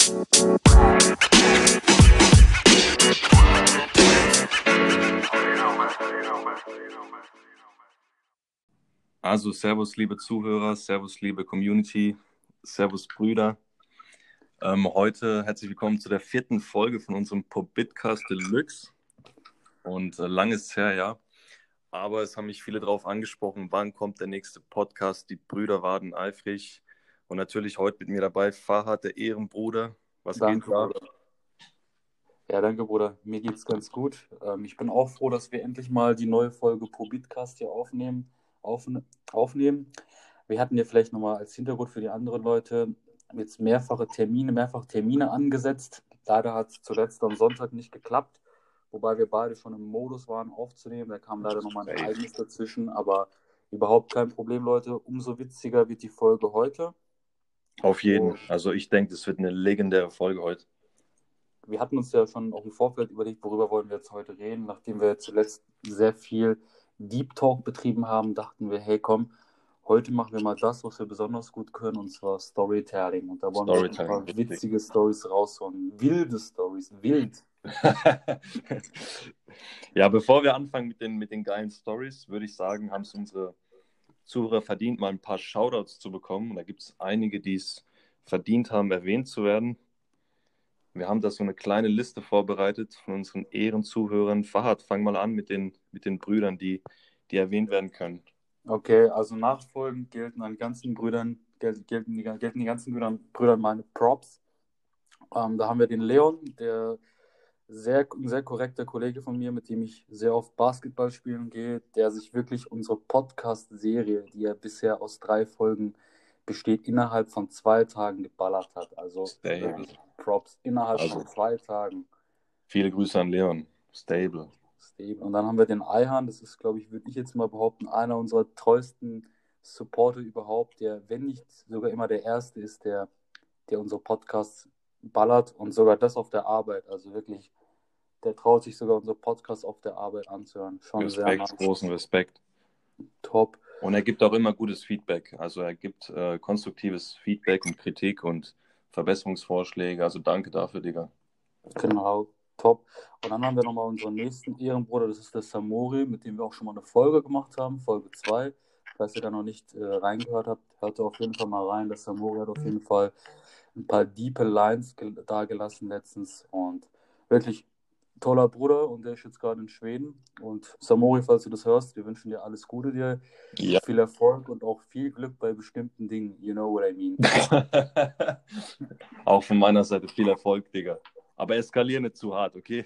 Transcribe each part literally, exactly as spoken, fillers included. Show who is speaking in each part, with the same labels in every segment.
Speaker 1: Also, Servus, liebe Zuhörer, Servus, liebe Community, Servus, Brüder. Ähm, heute herzlich willkommen zu der vierten Folge von unserem Pobitcast Deluxe. Und äh, lang ist es her, ja. Aber es haben mich viele darauf angesprochen, wann kommt der nächste Podcast. Die Brüder warten eifrig. Und natürlich heute mit mir dabei Fahad, der Ehrenbruder. Was
Speaker 2: Danke,
Speaker 1: geht da?
Speaker 2: Bruder. Ja, danke, Bruder. Mir geht's ganz gut. Ähm, ich bin auch froh, dass wir endlich mal die neue Folge Pobitcast hier aufnehmen, aufne aufnehmen. Wir hatten ja vielleicht nochmal als Hintergrund für die anderen Leute jetzt mehrfache Termine, mehrfach Termine angesetzt. Leider hat es zuletzt am Sonntag nicht geklappt, wobei wir beide schon im Modus waren aufzunehmen. Da kam leider nochmal ein
Speaker 1: Safe.
Speaker 2: Ereignis dazwischen, aber überhaupt kein Problem, Leute. Umso witziger wird die Folge heute.
Speaker 1: Auf jeden.
Speaker 2: Und
Speaker 1: Also ich denke, das wird eine legendäre Folge heute.
Speaker 2: wir hatten uns ja schon auch im Vorfeld überlegt, worüber wollen wir jetzt heute reden. Nachdem wir zuletzt sehr viel Deep Talk betrieben haben, dachten wir, hey komm, heute machen wir mal das, was wir besonders gut können, und zwar Storytelling. Und da wollen wir heute ein
Speaker 1: Storytelling,
Speaker 2: paar
Speaker 1: richtig.
Speaker 2: witzige Stories rausholen. Wilde Stories, wild.
Speaker 1: Ja, bevor wir anfangen mit den, mit den geilen Stories, würde ich sagen, haben es unsere Zuhörer verdient, mal ein paar Shoutouts zu bekommen. Und da gibt es einige, die es verdient haben, erwähnt zu werden. Wir haben da so eine kleine Liste vorbereitet von unseren Ehrenzuhörern. Fahad, fang mal an mit den, mit den Brüdern, die, die erwähnt werden können.
Speaker 2: Okay, also nachfolgend gelten an ganzen Brüdern, gel- gelten die, gelten die ganzen Brüdern, Brüdern meine Props. Ähm, da haben wir den Leon, der sehr, ein sehr korrekter Kollege von mir, mit dem ich sehr oft Basketball spielen gehe, der sich wirklich unsere Podcast-Serie, die ja bisher aus drei Folgen besteht, innerhalb von zwei Tagen geballert hat. Also
Speaker 1: Stable.
Speaker 2: wirklich Props, innerhalb
Speaker 1: Also,
Speaker 2: von zwei Tagen.
Speaker 1: viele Grüße an Leon. Stable.
Speaker 2: Stable. Und dann haben wir den Eihan, das ist, glaube ich, würde ich jetzt mal behaupten, einer unserer treuesten Supporter überhaupt, der, wenn nicht sogar immer der Erste ist, der, der unsere Podcasts ballert, und sogar das auf der Arbeit. Also wirklich, der traut sich sogar unsere Podcasts auf der Arbeit anzuhören. Schon sehr
Speaker 1: Respekt,
Speaker 2: nice.
Speaker 1: großen Respekt.
Speaker 2: Top.
Speaker 1: Und er gibt auch immer gutes Feedback. Also er gibt äh, konstruktives Feedback und Kritik und Verbesserungsvorschläge. Also danke dafür, Digga.
Speaker 2: Genau, top. Und dann haben wir nochmal unseren nächsten Ehrenbruder, das ist der Samori, mit dem wir auch schon mal eine Folge gemacht haben, Folge zwei. Falls ihr da noch nicht äh, reingehört habt, hört da auf jeden Fall mal rein. Der Samori hat auf jeden Fall ein paar diepe Lines gel- dagelassen letztens, und wirklich toller Bruder, und der ist jetzt gerade in Schweden. Und Samori, falls du das hörst, wir wünschen dir alles Gute dir,
Speaker 1: Ja.
Speaker 2: viel Erfolg und auch viel Glück bei bestimmten Dingen. You know what I mean.
Speaker 1: Auch von meiner Seite viel Erfolg, Digga. Aber eskalier nicht zu hart, okay?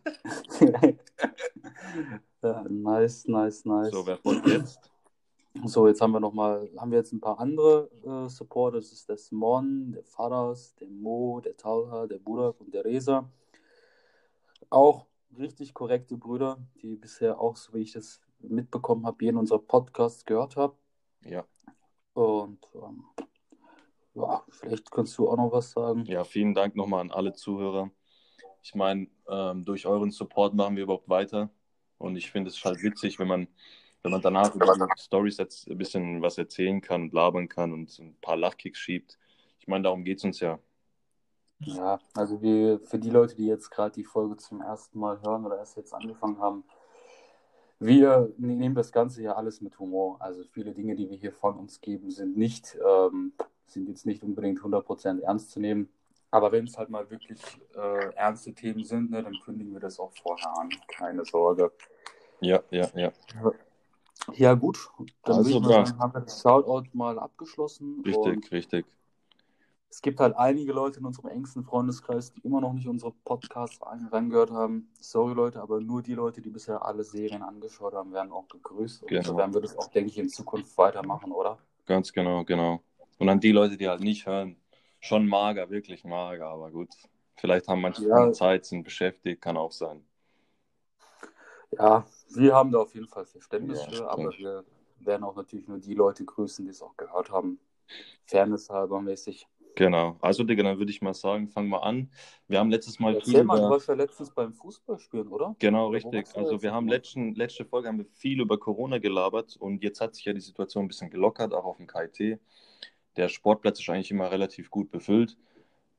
Speaker 2: Ja, nice, nice, nice.
Speaker 1: So, wer folgt jetzt?
Speaker 2: So, jetzt haben wir noch mal, haben wir jetzt ein paar andere äh, Supporter. Das ist der Simon, der Faras, der Mo, der Talha, der Burak und der Reza. Auch richtig korrekte Brüder, die bisher auch, so wie ich das mitbekommen habe, jeden unserer Podcasts gehört haben.
Speaker 1: Ja.
Speaker 2: Und ähm, ja, vielleicht kannst du auch noch was sagen.
Speaker 1: Ja, vielen Dank nochmal an alle Zuhörer. Ich meine, ähm, durch euren Support machen wir überhaupt weiter. Und ich finde es halt witzig, wenn man, wenn man danach über die Storys jetzt ein bisschen was erzählen kann und labern kann und ein paar Lachkicks schiebt. Ich meine, darum geht es uns ja.
Speaker 2: Ja, also wir, für die Leute, die jetzt gerade die Folge zum ersten Mal hören oder erst jetzt angefangen haben, wir nehmen das Ganze ja alles mit Humor. Also viele Dinge, die wir hier von uns geben, sind nicht, ähm, sind jetzt nicht unbedingt hundert Prozent ernst zu nehmen. Aber wenn es halt mal wirklich äh, ernste Themen sind, ne, dann kündigen wir das auch vorher an. Keine Sorge.
Speaker 1: Ja, ja, ja.
Speaker 2: Ja gut, dann würde
Speaker 1: Also,
Speaker 2: ich mal
Speaker 1: bra.
Speaker 2: sagen, haben wir das Shoutout mal abgeschlossen. Und
Speaker 1: Richtig, richtig.
Speaker 2: es gibt halt einige Leute in unserem engsten Freundeskreis, die immer noch nicht unsere Podcasts rein- reingehört haben. Sorry Leute, aber nur die Leute, die bisher alle Serien angeschaut haben, werden auch gegrüßt. Und so
Speaker 1: Genau.
Speaker 2: werden wir das auch, denke ich, in Zukunft weitermachen, oder?
Speaker 1: Ganz genau, genau. Und an die Leute, die halt nicht hören, schon mager, wirklich mager, aber gut. Vielleicht haben manche keine
Speaker 2: Ja,
Speaker 1: Zeit, sind beschäftigt, kann auch sein.
Speaker 2: ja, wir haben da auf jeden Fall Verständnis
Speaker 1: Ja,
Speaker 2: für, aber
Speaker 1: stimmt.
Speaker 2: wir werden auch natürlich nur die Leute grüßen, die es auch gehört haben. Fairness halber mäßig.
Speaker 1: Genau. Also, Digga, dann würde ich mal sagen, fang mal an. Wir haben letztes Mal viel
Speaker 2: Erzähl mal, du
Speaker 1: über...
Speaker 2: warst ja letztens beim Fußballspielen, oder?
Speaker 1: Genau,
Speaker 2: Oder wo
Speaker 1: richtig.
Speaker 2: warst du
Speaker 1: Also
Speaker 2: jetzt
Speaker 1: wir haben
Speaker 2: nochmal?
Speaker 1: letzten, letzte Folge haben wir viel über Corona gelabert und jetzt hat sich ja die Situation ein bisschen gelockert, auch auf dem K I T. Der Sportplatz ist eigentlich immer relativ gut befüllt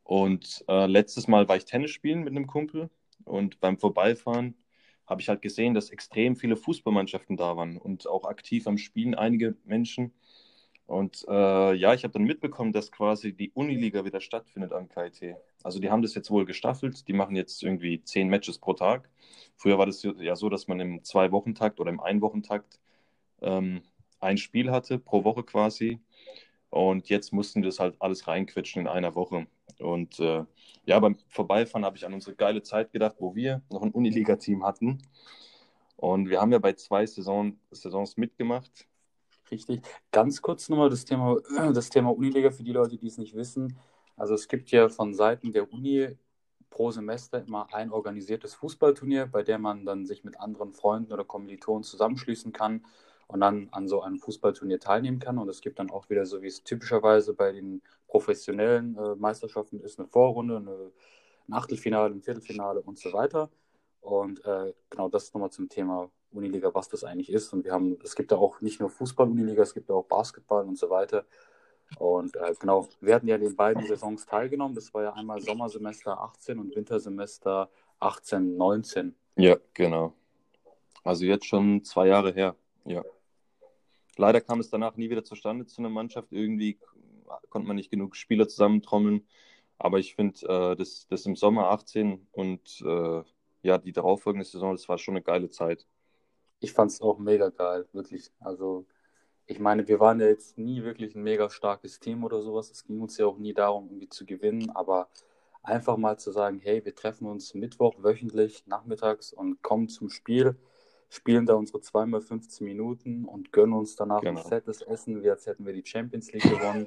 Speaker 1: Und äh, letztes Mal war ich Tennis spielen mit einem Kumpel und beim Vorbeifahren habe ich halt gesehen, dass extrem viele Fußballmannschaften da waren und auch aktiv am Spielen einige Menschen. Und äh, ja, ich habe dann mitbekommen, dass quasi die Uniliga wieder stattfindet am K I T. Also die haben das jetzt wohl gestaffelt, die machen jetzt irgendwie zehn Matches pro Tag. Früher war das ja so, dass man im Zwei-Wochen-Takt oder im Ein-Wochen-Takt ähm, ein Spiel hatte, pro Woche quasi. Und jetzt mussten wir das halt alles reinquetschen in einer Woche. Und äh, ja, beim Vorbeifahren habe ich an unsere geile Zeit gedacht, wo wir noch ein Uniliga-Team hatten. Und wir haben ja bei zwei Saison, Saisons mitgemacht.
Speaker 2: Richtig. Ganz kurz nochmal das Thema, das Thema Uniliga für die Leute, die es nicht wissen. Also es gibt ja von Seiten der Uni pro Semester immer ein organisiertes Fußballturnier, bei dem man dann sich mit anderen Freunden oder Kommilitonen zusammenschließen kann und dann an so einem Fußballturnier teilnehmen kann. Und es gibt dann auch wieder, so wie es typischerweise bei den professionellen äh, Meisterschaften ist, eine Vorrunde, eine, ein Achtelfinale, ein Viertelfinale und so weiter. Und äh, genau das nochmal zum Thema Uniliga, was das eigentlich ist. Und wir haben, es gibt ja auch nicht nur Fußball-Uniliga, es gibt ja auch Basketball und so weiter. Und äh, genau, wir hatten ja in den beiden Saisons teilgenommen. Das war ja einmal Sommersemester achtzehn und Wintersemester achtzehn, neunzehn.
Speaker 1: Ja, genau. Also jetzt schon zwei Jahre her. Ja. Leider kam es danach nie wieder zustande zu einer Mannschaft. Irgendwie konnte man nicht genug Spieler zusammentrommeln. Aber ich finde, äh, das, das im Sommer achtzehn und äh, ja, die darauffolgende Saison, das war schon eine geile Zeit.
Speaker 2: Ich fand es auch mega geil, wirklich. Also, ich meine, wir waren ja jetzt nie wirklich ein mega starkes Team oder sowas. Es ging uns ja auch nie darum, irgendwie zu gewinnen. Aber einfach mal zu sagen, hey, wir treffen uns Mittwoch wöchentlich nachmittags und kommen zum Spiel, spielen da unsere zweimal fünfzehn Minuten und gönnen uns danach ein
Speaker 1: Genau.
Speaker 2: fettes Essen, wie als hätten wir die Champions League gewonnen.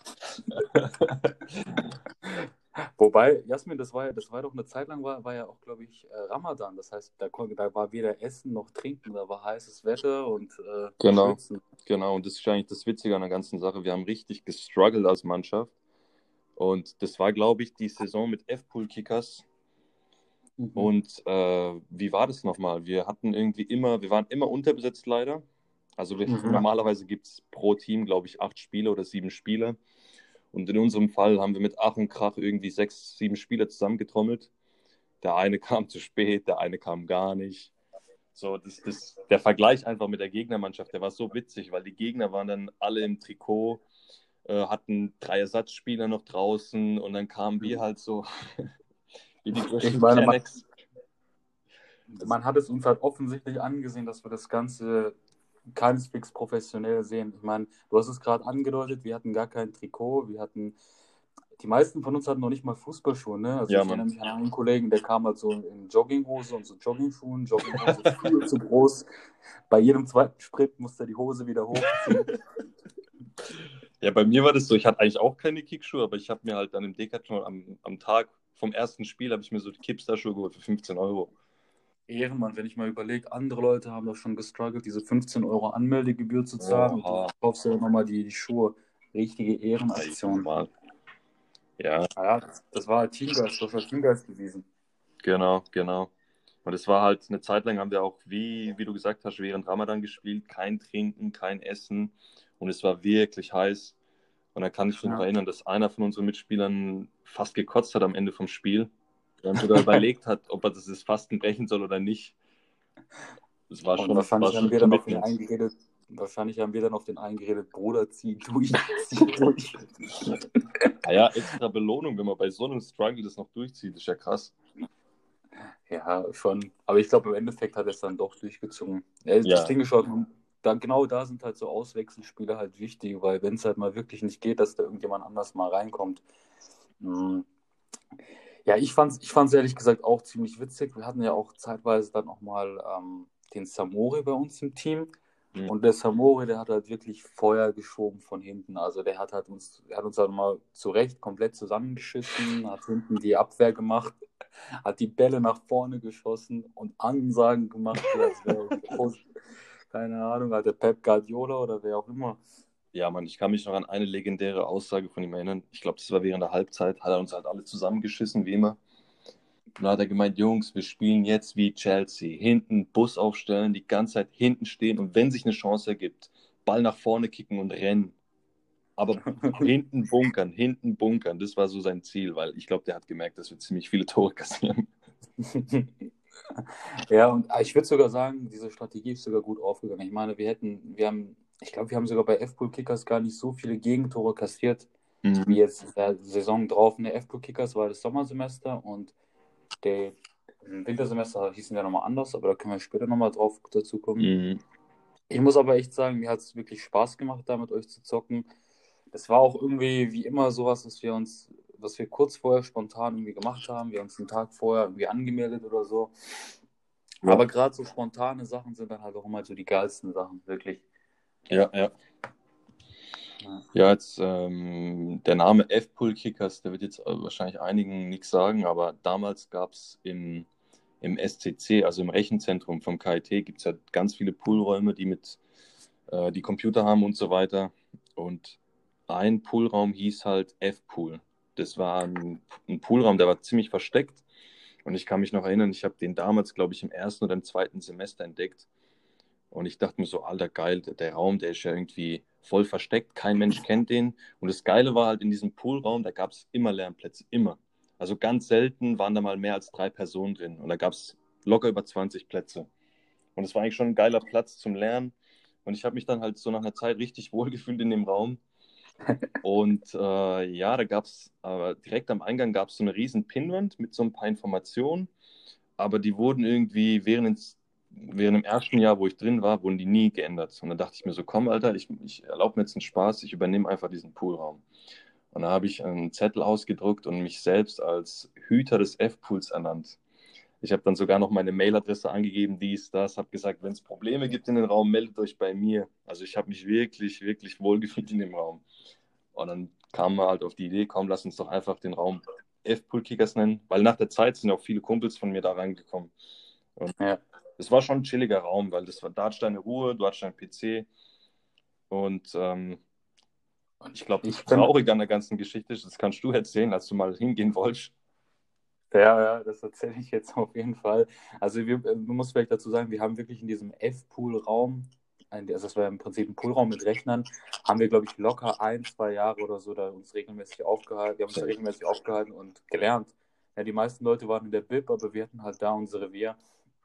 Speaker 2: Wobei, Jasmin, das war ja, das war doch eine Zeit lang, war, war ja auch, glaube ich, äh, Ramadan. Das heißt, da, kon- da war weder Essen noch Trinken, da war heißes Wetter und äh,
Speaker 1: Genau,
Speaker 2: Schwitzen.
Speaker 1: genau. Und das ist eigentlich das Witzige an der ganzen Sache. Wir haben richtig gestruggelt als Mannschaft. Und das war, glaube ich, die Saison mit F-Pool-Kickers.
Speaker 2: Mhm.
Speaker 1: Und äh, wie war das nochmal? Wir hatten irgendwie immer, wir waren immer unterbesetzt leider. Also wir,
Speaker 2: Mhm.
Speaker 1: normalerweise gibt es pro Team, glaube ich, acht Spieler oder sieben Spieler. Und in unserem Fall haben wir mit Ach und Krach irgendwie sechs, sieben Spieler zusammengetrommelt. Der eine kam zu spät, der eine kam gar nicht. So, das, das, der Vergleich einfach mit der Gegnermannschaft, der war so witzig, weil die Gegner waren dann alle im Trikot, äh, hatten drei Ersatzspieler noch draußen und dann kamen wir halt so wie die
Speaker 2: Ich
Speaker 1: größten
Speaker 2: meine, man,
Speaker 1: Kennex.
Speaker 2: man hat es uns halt offensichtlich angesehen, dass wir das Ganze keineswegs professionell sehen. Ich meine, du hast es gerade angedeutet, wir hatten gar kein Trikot, wir hatten, die meisten von uns hatten noch nicht mal Fußballschuhe, ne? Also
Speaker 1: Ja,
Speaker 2: ich erinnere
Speaker 1: Mann.
Speaker 2: mich an einen Kollegen, der kam halt so in Jogginghose und so Joggingschuhen, Jogginghose viel zu groß. Bei jedem zweiten Sprint musste er die Hose wieder hochziehen.
Speaker 1: Ja, bei mir war das so, ich hatte eigentlich auch keine Kickschuhe, aber ich habe mir halt dann im Decathlon am, am Tag vom ersten Spiel habe ich mir so die Kipster-Schuhe geholt für fünfzehn Euro.
Speaker 2: Ehrenmann, wenn ich mal überlege, andere Leute haben doch schon gestruggelt, diese fünfzehn Euro Anmeldegebühr zu zahlen und
Speaker 1: Oha.
Speaker 2: du kaufst dir nochmal die, die Schuhe. Richtige
Speaker 1: Ja,
Speaker 2: Ehrenaktion.
Speaker 1: normal. Ja,
Speaker 2: Ja, das, das war halt Teamgeist, das hat Teamgeist bewiesen.
Speaker 1: genau, genau. Und es war halt eine Zeit lang, haben wir auch, wie, wie du gesagt hast, während Ramadan gespielt, kein Trinken, kein Essen und es war wirklich heiß. Und dann kann ich mich noch
Speaker 2: Ja.
Speaker 1: erinnern, dass einer von unseren Mitspielern fast gekotzt hat am Ende vom Spiel. Der dann sogar überlegt hat, ob er das Fasten brechen soll oder nicht. Das war
Speaker 2: Und
Speaker 1: schon, war
Speaker 2: wahrscheinlich haben
Speaker 1: schon
Speaker 2: wir dann auf den
Speaker 1: Commitment.
Speaker 2: eingeredet, wahrscheinlich haben wir dann auf den eingeredet, Bruder, zieh durch, zieh durch.
Speaker 1: Naja, extra Belohnung, wenn man bei so einem Struggle das noch durchzieht, ist ja krass.
Speaker 2: Ja, schon. Aber ich glaube, im Endeffekt hat er es dann doch durchgezogen. Ja, das
Speaker 1: Ja,
Speaker 2: Ding ist schon, da, genau da sind halt so Auswechselspiele halt wichtig, weil wenn es halt mal wirklich nicht geht, dass da irgendjemand anders mal reinkommt. Mhm. Ja, ich fand's, ich fand's ehrlich gesagt auch ziemlich witzig. Wir hatten ja auch zeitweise dann auch mal ähm, den Samori bei uns im Team.
Speaker 1: hm.
Speaker 2: Und der Samori, der hat halt wirklich Feuer geschoben von hinten. Also der hat halt uns, der hat uns halt mal zurecht komplett zusammengeschissen, hat hinten die Abwehr gemacht, hat die Bälle nach vorne geschossen und Ansagen gemacht, wie als wäre groß, keine Ahnung, halt der Pep Guardiola oder wer auch immer.
Speaker 1: Ja, Mann, ich kann mich noch an eine legendäre Aussage von ihm erinnern. Ich glaube, das war während der Halbzeit, hat er uns halt alle zusammengeschissen, wie immer. Und da hat er gemeint, Jungs, wir spielen jetzt wie Chelsea. Hinten Bus aufstellen, die ganze Zeit hinten stehen und wenn sich eine Chance ergibt, Ball nach vorne kicken und rennen. Aber hinten bunkern, hinten bunkern, das war so sein Ziel, weil ich glaube, der hat gemerkt, dass wir ziemlich viele Tore kassieren.
Speaker 2: Ja, und ich würde sogar sagen, diese Strategie ist sogar gut aufgegangen. Ich meine, wir hätten, wir haben, ich glaube, wir haben sogar bei F-Pool Kickers gar nicht so viele Gegentore kassiert, wie
Speaker 1: Mhm.
Speaker 2: jetzt in der Saison drauf. Ne, F-Pool Kickers war das Sommersemester und der im Wintersemester hießen wir nochmal anders, aber da können wir später nochmal drauf dazu kommen.
Speaker 1: Mhm.
Speaker 2: Ich muss aber echt sagen, mir hat es wirklich Spaß gemacht, da mit euch zu zocken. Das war auch irgendwie wie immer sowas, was wir uns, was wir kurz vorher spontan irgendwie gemacht haben. Wir haben uns einen Tag vorher irgendwie angemeldet oder so.
Speaker 1: Ja.
Speaker 2: Aber gerade so spontane Sachen sind dann halt auch immer so die geilsten Sachen, wirklich.
Speaker 1: Ja, ja.
Speaker 2: Ja.
Speaker 1: Ja, jetzt ähm, der Name F-Pool Kickers, der wird jetzt äh, wahrscheinlich einigen nichts sagen, aber damals gab es im, im S C C, also im Rechenzentrum vom K I T, gibt es ja ganz viele Poolräume, die mit äh, die Computer haben und so weiter. Und ein Poolraum hieß halt F-Pool. Das war ein, ein Poolraum, der war ziemlich versteckt. Und ich kann mich noch erinnern, ich habe den damals, glaube ich, im ersten oder im zweiten Semester entdeckt. Und ich dachte mir so, alter geil, der Raum, der ist ja irgendwie voll versteckt, kein Mensch kennt den. Und das Geile war halt in diesem Poolraum, da gab es immer Lernplätze, immer. Also ganz selten waren da mal mehr als drei Personen drin. Und da gab es locker über zwanzig Plätze. Und es war eigentlich schon ein geiler Platz zum Lernen. Und ich habe mich dann halt so nach einer Zeit richtig wohlgefühlt in dem Raum. Und äh, ja, da gab es, äh, direkt am Eingang gab es so eine riesen Pinnwand mit so ein paar Informationen. Aber die wurden irgendwie während, während dem ersten Jahr, wo ich drin war, wurden die nie geändert. Und dann dachte ich mir so, komm, Alter, ich, ich erlaube mir jetzt einen Spaß, ich übernehme einfach diesen Poolraum. Und da habe ich einen Zettel ausgedruckt und mich selbst als Hüter des F-Pools ernannt. Ich habe dann sogar noch meine Mailadresse angegeben, dies, das, habe gesagt, wenn es Probleme gibt in den Raum, meldet euch bei mir. Also ich habe mich wirklich, wirklich wohlgefühlt in dem Raum. Und dann kam man halt auf die Idee, komm, lass uns doch einfach den Raum F-Pool-Kickers nennen, weil nach der Zeit sind auch viele Kumpels von mir da reingekommen. Und
Speaker 2: Ja.
Speaker 1: es war schon ein chilliger Raum, weil das war, da hattest du deine Ruhe, du hattest deinen P C. Und ähm, ich glaube, das
Speaker 2: Ich bin,
Speaker 1: Traurige an der ganzen Geschichte ist, das kannst du erzählen, als du mal hingehen wolltest.
Speaker 2: ja, ja, das erzähle ich jetzt auf jeden Fall. Also wir, äh, man muss vielleicht dazu sagen, wir haben wirklich in diesem F-Pool-Raum, ein- also das war im Prinzip ein Poolraum mit Rechnern, haben wir, glaube ich, locker ein, zwei Jahre oder so da uns regelmäßig aufgehalten, wir haben uns da regelmäßig aufgehalten und gelernt. Ja, die meisten Leute waren in der B I B, aber wir hatten halt da unser Revier.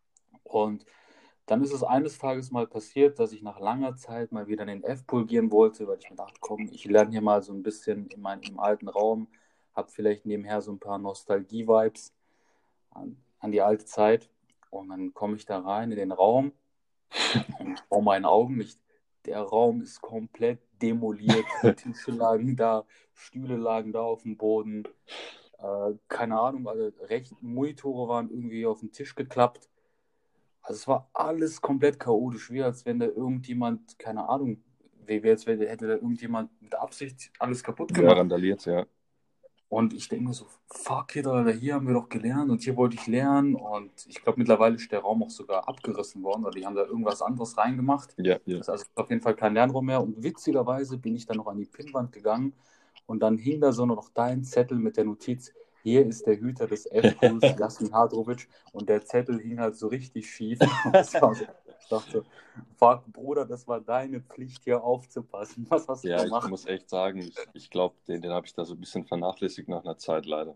Speaker 2: Und dann ist es eines Tages mal passiert, dass ich nach langer Zeit mal wieder in den F-Pool gehen wollte, weil ich mir dachte, komm, ich lerne hier mal so ein bisschen in meinem alten Raum, habe vielleicht nebenher so ein paar Nostalgie-Vibes an, an die alte Zeit. Und dann komme ich da rein in den Raum und vor meinen Augen nicht. Der Raum ist komplett demoliert. Tische lagen da, Stühle lagen da auf dem Boden. Äh, keine Ahnung, also recht Monitore waren irgendwie auf den Tisch geklappt. Also es war alles komplett chaotisch, wie als wenn da irgendjemand, keine Ahnung, wie wie als wenn, hätte da irgendjemand mit Absicht alles kaputt
Speaker 1: Ja,
Speaker 2: gemacht.
Speaker 1: randaliert, ja.
Speaker 2: Und ich denke mir so, fuck it, Alter, hier haben wir doch gelernt und hier wollte ich lernen. Und ich glaube, mittlerweile ist der Raum auch sogar abgerissen worden oder die haben da irgendwas anderes reingemacht.
Speaker 1: Ja, ja.
Speaker 2: Das ist also auf jeden Fall kein Lernraum mehr. Und witzigerweise bin ich dann noch an die Pinnwand gegangen und dann hing da so noch dein Zettel mit der Notiz, hier ist der Hüter des F-Pools, Jasmin Hadrovic. Und der Zettel hing halt so richtig schief. Und das war so, ich dachte, fuck, Bruder, das war deine Pflicht, hier aufzupassen. Was hast du
Speaker 1: Ja, ich
Speaker 2: gemacht?
Speaker 1: muss echt sagen, ich, ich glaube, den, den habe ich da so ein bisschen vernachlässigt nach einer Zeit leider.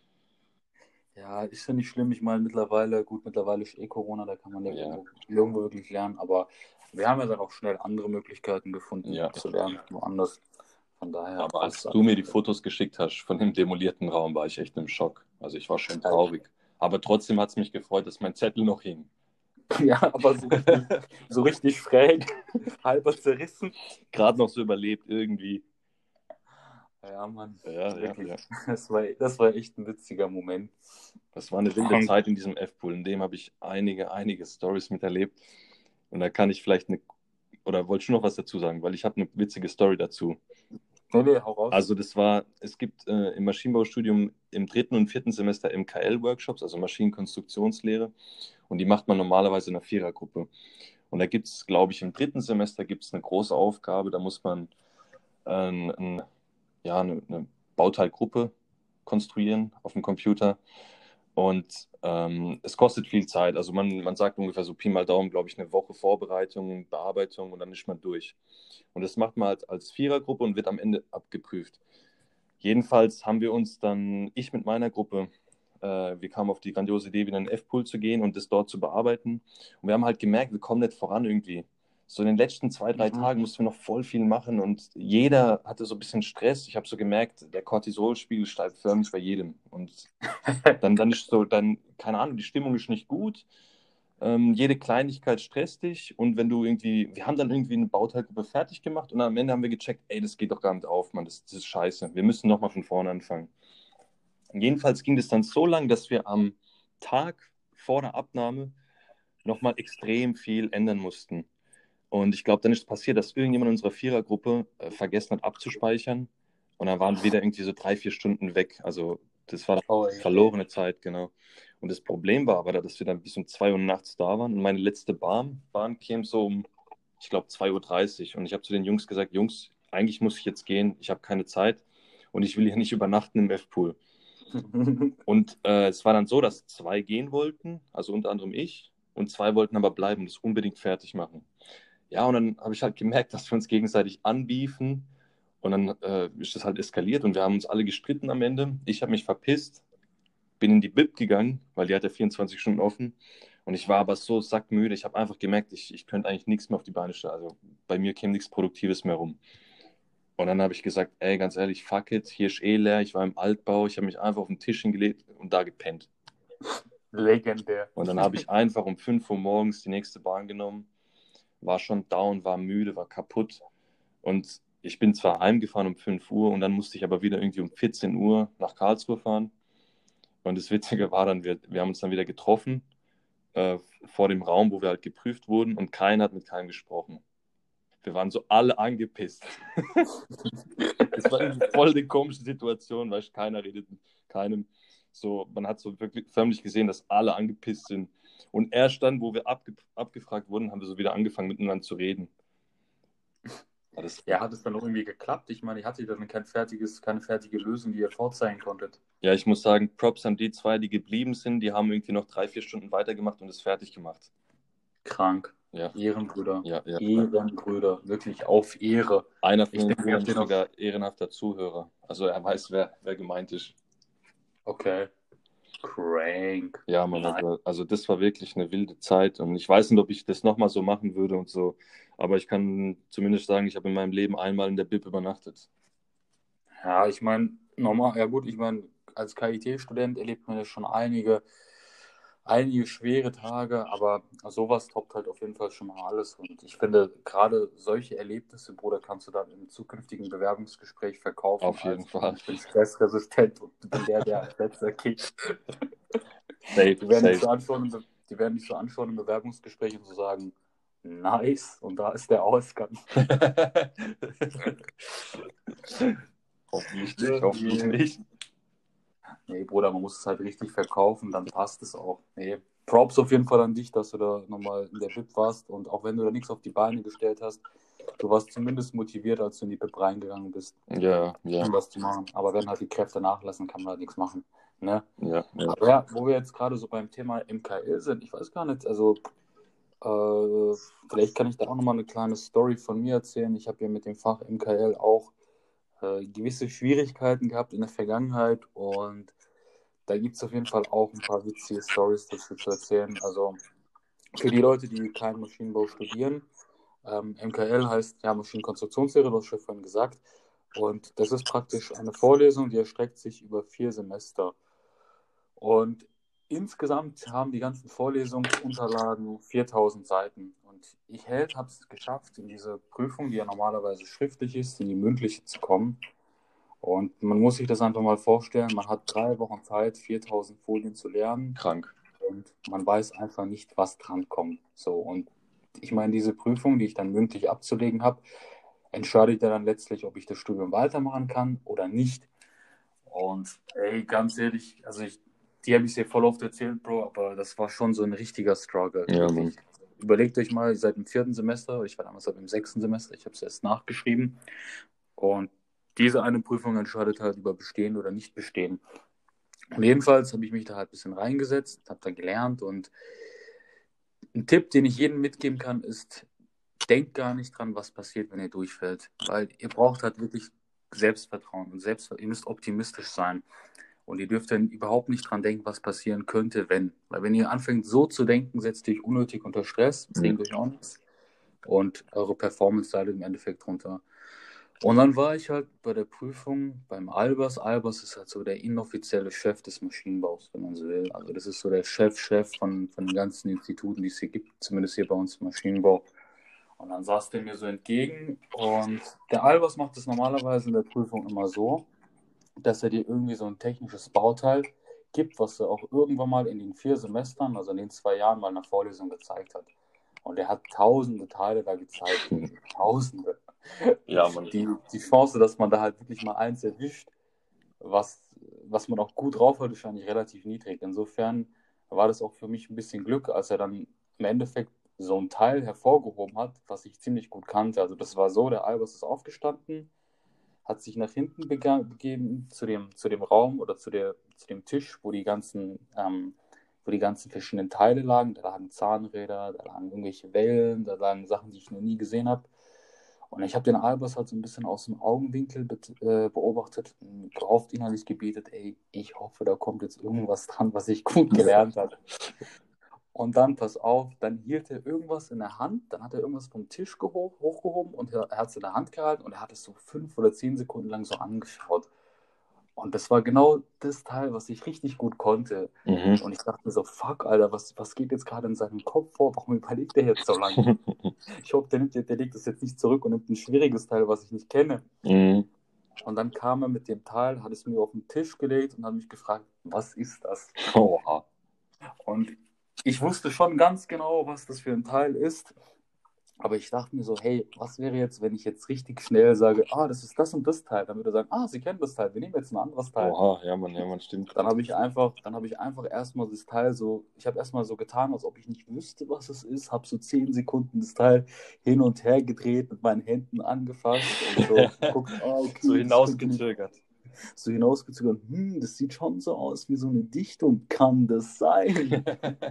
Speaker 2: Ja, ist ja nicht schlimm. Ich meine, mittlerweile, gut, mittlerweile ist eh Corona, da kann man ja
Speaker 1: Ja,
Speaker 2: irgendwo, irgendwo wirklich lernen. Aber wir haben ja dann auch schnell andere Möglichkeiten gefunden
Speaker 1: ja.
Speaker 2: zu lernen, woanders. Von daher
Speaker 1: Aber als
Speaker 2: passt
Speaker 1: du mir die
Speaker 2: das.
Speaker 1: Fotos geschickt hast von dem demolierten Raum, war ich echt im Schock. Also ich war schon
Speaker 2: Ja,
Speaker 1: traurig. Aber trotzdem hat es mich gefreut, dass mein Zettel noch hing.
Speaker 2: ja, aber so richtig, so richtig schräg, halber zerrissen.
Speaker 1: Gerade noch so überlebt irgendwie.
Speaker 2: Ja, Mann,
Speaker 1: Ja, ja,
Speaker 2: wirklich.
Speaker 1: ja.
Speaker 2: Das war, das war echt ein witziger Moment.
Speaker 1: Das war eine wilde
Speaker 2: Und,
Speaker 1: Zeit in diesem F-Pool. In dem habe ich einige, einige Stories miterlebt. Und da kann ich vielleicht eine, oder wolltest du noch was dazu sagen? Weil ich habe eine witzige Story dazu.
Speaker 2: nee, nee, hau raus.
Speaker 1: Also das war, es gibt äh, im Maschinenbaustudium im dritten und vierten Semester M K L-Workshops, also Maschinenkonstruktionslehre. Und die macht man normalerweise in einer Vierergruppe. Und da gibt es, glaube ich, im dritten Semester gibt es eine große Aufgabe. Da muss man äh, ein, ja, eine, eine Bauteilgruppe konstruieren auf dem Computer. Und ähm, es kostet viel Zeit. Also man, man sagt ungefähr so Pi mal Daumen, glaube ich, eine Woche Vorbereitung, Bearbeitung und dann ist man durch. Und das macht man halt als Vierergruppe und wird am Ende abgeprüft. Jedenfalls haben wir uns dann, ich mit meiner Gruppe, äh, wir kamen auf die grandiose Idee, wieder in den F-Pool zu gehen und das dort zu bearbeiten. Und wir haben halt gemerkt, wir kommen nicht voran irgendwie. So in den letzten zwei, drei
Speaker 2: Mhm.
Speaker 1: Tagen mussten wir noch voll viel machen und jeder hatte so ein bisschen Stress. Ich habe so gemerkt, der Cortisolspiegel steigt förmlich bei jedem. Und dann, dann ist so, dann, keine Ahnung, die Stimmung ist nicht gut. Ähm, jede Kleinigkeit stresst dich und wenn du irgendwie, wir haben dann irgendwie eine Bauteilgruppe fertig gemacht und am Ende haben wir gecheckt, ey, das geht doch gar nicht auf, Mann, das, das ist scheiße. Wir müssen nochmal von vorne anfangen. Und jedenfalls ging das dann so lang, dass wir am Tag vor der Abnahme nochmal extrem viel ändern mussten. Und ich glaube, dann ist es passiert, dass irgendjemand in unserer Vierergruppe äh, vergessen hat abzuspeichern und dann waren wir wieder irgendwie so drei, vier Stunden weg. Also das war
Speaker 2: Oh, ey.
Speaker 1: verlorene Zeit, genau. Und das Problem war aber, dass wir dann bis um zwei Uhr nachts da waren und meine letzte Bahn, Bahn käme so um, ich glaube, zwei Uhr dreißig. Und ich habe zu den Jungs gesagt, Jungs, eigentlich muss ich jetzt gehen, ich habe keine Zeit und ich will hier nicht übernachten im F-Pool. Und äh, es war dann so, dass zwei gehen wollten, also unter anderem ich, und zwei wollten aber bleiben und das unbedingt fertig machen. Ja, und dann habe ich halt gemerkt, dass wir uns gegenseitig anbiefen und dann äh, ist das halt eskaliert und wir haben uns alle gestritten am Ende. Ich habe mich verpisst, bin in die Bib gegangen, weil die hat ja vierundzwanzig Stunden offen und ich war aber so sackmüde, ich habe einfach gemerkt, ich, ich könnte eigentlich nichts mehr auf die Beine stellen, also bei mir käme nichts Produktives mehr rum. Und dann habe ich gesagt, ey, ganz ehrlich, fuck it, hier ist eh leer, ich war im Altbau, ich habe mich einfach auf den Tisch hingelegt und da gepennt.
Speaker 2: Legendär.
Speaker 1: Und dann habe ich einfach um fünf Uhr morgens die nächste Bahn genommen, war schon down, war müde, war kaputt. Und ich bin zwar heimgefahren um fünf Uhr und dann musste ich aber wieder irgendwie um vierzehn Uhr nach Karlsruhe fahren. Und das Witzige war dann, wir, wir haben uns dann wieder getroffen äh, vor dem Raum, wo wir halt geprüft wurden und keiner hat mit keinem gesprochen. Wir waren so alle angepisst. Das war irgendwie voll die komische Situation, weil keiner redet mit keinem. So, man hat so wirklich förmlich gesehen, dass alle angepisst sind. Und erst dann, wo wir abge abgefragt wurden, haben wir so wieder angefangen, miteinander zu reden. Aber das,
Speaker 2: Ja, hat es dann auch irgendwie geklappt? Ich meine, ihr hattet dann kein fertiges, keine fertige Lösung, die ihr vorzeigen konntet.
Speaker 1: ja, ich muss sagen, Props an die zwei, die geblieben sind. Die haben irgendwie noch drei, vier Stunden weitergemacht und es fertig gemacht.
Speaker 2: Krank.
Speaker 1: Ja,
Speaker 2: Ehrenbrüder.
Speaker 1: ja, ja.
Speaker 2: Ehrenbrüder. Wirklich auf Ehre.
Speaker 1: Einer von
Speaker 2: Ich
Speaker 1: uns
Speaker 2: denke, ihr habt
Speaker 1: ist
Speaker 2: den noch.
Speaker 1: sogar ehrenhafter Zuhörer. Also er weiß, wer, wer gemeint ist.
Speaker 2: Okay. Crank.
Speaker 1: Ja, Mann,
Speaker 2: Nein.
Speaker 1: also, also das war wirklich eine wilde Zeit und ich weiß nicht, ob ich das nochmal so machen würde und so, aber ich kann zumindest sagen, ich habe in meinem Leben einmal in der Bib übernachtet.
Speaker 2: Ja, ich meine, normal, ja gut, ich meine, als K I T-Student erlebt man ja schon einige, einige schwere Tage, aber sowas toppt halt auf jeden Fall schon mal alles. Und ich finde, gerade solche Erlebnisse, Bruder, kannst du dann im zukünftigen Bewerbungsgespräch verkaufen.
Speaker 1: Auf jeden
Speaker 2: als,
Speaker 1: Fall.
Speaker 2: Ich bin stressresistent und bin der, der als letzter geht.
Speaker 1: Safe,
Speaker 2: Die werden dich
Speaker 1: safe.
Speaker 2: so anschauen, im Be- die werden dich so anschauen im Bewerbungsgespräch und so sagen, nice, und da ist der Ausgang.
Speaker 1: Hoffentlich nicht, hoffentlich nicht.
Speaker 2: Nee, Bruder, man muss es halt richtig verkaufen, dann passt es auch. Nee, Props auf jeden Fall an dich, dass du da nochmal in der Bib warst und auch wenn du da nichts auf die Beine gestellt hast, du warst zumindest motiviert, als du in die Bib reingegangen bist,
Speaker 1: Ja, ja,
Speaker 2: um was zu machen. Aber wenn halt die Kräfte nachlassen, kann man halt nichts machen. Ne?
Speaker 1: ja, ja.
Speaker 2: Aber ja, wo wir jetzt gerade so beim Thema M K L sind, ich weiß gar nicht, also äh, vielleicht kann ich da auch nochmal eine kleine Story von mir erzählen. Ich habe ja mit dem Fach M K L auch äh, gewisse Schwierigkeiten gehabt in der Vergangenheit und da gibt es auf jeden Fall auch ein paar witzige Stories dazu zu erzählen. Also für die Leute, die keinen Maschinenbau studieren, ähm, M K L heißt ja Maschinenkonstruktionslehre, du hast schon vorhin gesagt. Und das ist praktisch eine Vorlesung, die erstreckt sich über vier Semester. Und insgesamt haben die ganzen Vorlesungsunterlagen viertausend Seiten. Und ich habe es geschafft, in diese Prüfung, die ja normalerweise schriftlich ist, in die mündliche zu kommen. Und man muss sich das einfach mal vorstellen, man hat drei Wochen Zeit, viertausend Folien zu lernen
Speaker 1: Krank.
Speaker 2: und man weiß einfach nicht, was dran kommt. So, und ich meine, diese Prüfung, die ich dann mündlich abzulegen habe, entscheidet ja dann letztlich, ob ich das Studium weitermachen kann oder nicht. Und ey, ganz ehrlich, also ich, die habe ich dir voll oft erzählt, Bro, aber das war schon so ein richtiger Struggle.
Speaker 1: Ja,
Speaker 2: Wirklich. Überlegt euch mal, ihr seid im vierten Semester, ich war damals im sechsten Semester, ich habe es erst nachgeschrieben. Und diese eine Prüfung entscheidet halt über Bestehen oder nicht Bestehen. Und jedenfalls habe ich mich da halt ein bisschen reingesetzt, habe da gelernt und ein Tipp, den ich jedem mitgeben kann, ist, denkt gar nicht dran, was passiert, wenn ihr durchfällt. Weil ihr braucht halt wirklich Selbstvertrauen und selbst, ihr müsst optimistisch sein. Und ihr dürft dann überhaupt nicht dran denken, was passieren könnte, wenn. Weil wenn ihr anfängt so zu denken, setzt ihr euch unnötig unter Stress, bringt euch auch nichts. Und eure Performance leidet im Endeffekt runter. Und dann war ich halt bei der Prüfung beim Albers. Albers ist halt so der inoffizielle Chef des Maschinenbaus, wenn man so will. Also das ist so der Chef-Chef von, von den ganzen Instituten, die es hier gibt, zumindest hier bei uns im Maschinenbau. Und dann saß der mir so entgegen und der Albers macht es normalerweise in der Prüfung immer so, dass er dir irgendwie so ein technisches Bauteil gibt, was er auch irgendwann mal in den vier Semestern, also in den zwei Jahren mal in der Vorlesung gezeigt hat. Und er hat tausende Teile da gezeigt. Tausende.
Speaker 1: Ja, man.
Speaker 2: Die, die Chance, dass man da halt wirklich mal eins erwischt, was, was man auch gut drauf hat, ist wahrscheinlich relativ niedrig. Insofern war das auch für mich ein bisschen Glück, als er dann im Endeffekt so ein Teil hervorgehoben hat, was ich ziemlich gut kannte. Also das war so, der Albers ist aufgestanden, hat sich nach hinten bega- begeben zu dem, zu dem Raum oder zu, der, zu dem Tisch, wo die ganzen, ähm, wo die ganzen verschiedenen Teile lagen. Da lagen Zahnräder, da lagen irgendwelche Wellen, da lagen Sachen, die ich noch nie gesehen habe. Und ich habe den Albers halt so ein bisschen aus dem Augenwinkel bet- äh, beobachtet und gehofft, innerlich gebetet, ey, ich hoffe, da kommt jetzt irgendwas dran, was ich gut gelernt habe. Und dann, pass auf, dann hielt er irgendwas in der Hand, dann hat er irgendwas vom Tisch geho- hochgehoben und er, er hat es in der Hand gehalten und er hat es so fünf oder zehn Sekunden lang so angeschaut. Und das war genau das Teil, was ich richtig gut konnte.
Speaker 1: Mhm.
Speaker 2: Und ich dachte mir so, fuck, Alter, was, was geht jetzt gerade in seinem Kopf vor? Warum überlegt der jetzt so lange? Ich hoffe, der, nimmt, der legt das jetzt nicht zurück und nimmt ein schwieriges Teil, was ich nicht kenne.
Speaker 1: Mhm.
Speaker 2: Und dann kam er mit dem Teil, hat es mir auf den Tisch gelegt und hat mich gefragt, was ist das?
Speaker 1: Oha.
Speaker 2: Und ich wusste schon ganz genau, was das für ein Teil ist. Aber ich dachte mir so, hey, was wäre jetzt, wenn ich jetzt richtig schnell sage, ah, das ist das und das Teil? Dann würde er sagen, ah, Sie kennen das Teil, wir nehmen jetzt ein anderes Teil.
Speaker 1: Oha, ja, Mann, ja, Mann, stimmt.
Speaker 2: Dann habe ich einfach, dann habe ich einfach erstmal das Teil so, ich habe erstmal so getan, als ob ich nicht wüsste, was es ist, habe so zehn Sekunden das Teil hin und her gedreht, mit meinen Händen angefasst und so geguckt, ah, okay,
Speaker 1: So
Speaker 2: das
Speaker 1: hinausgezögert.
Speaker 2: so hinausgezögert, hm, das sieht schon so aus wie so eine Dichtung, kann das sein?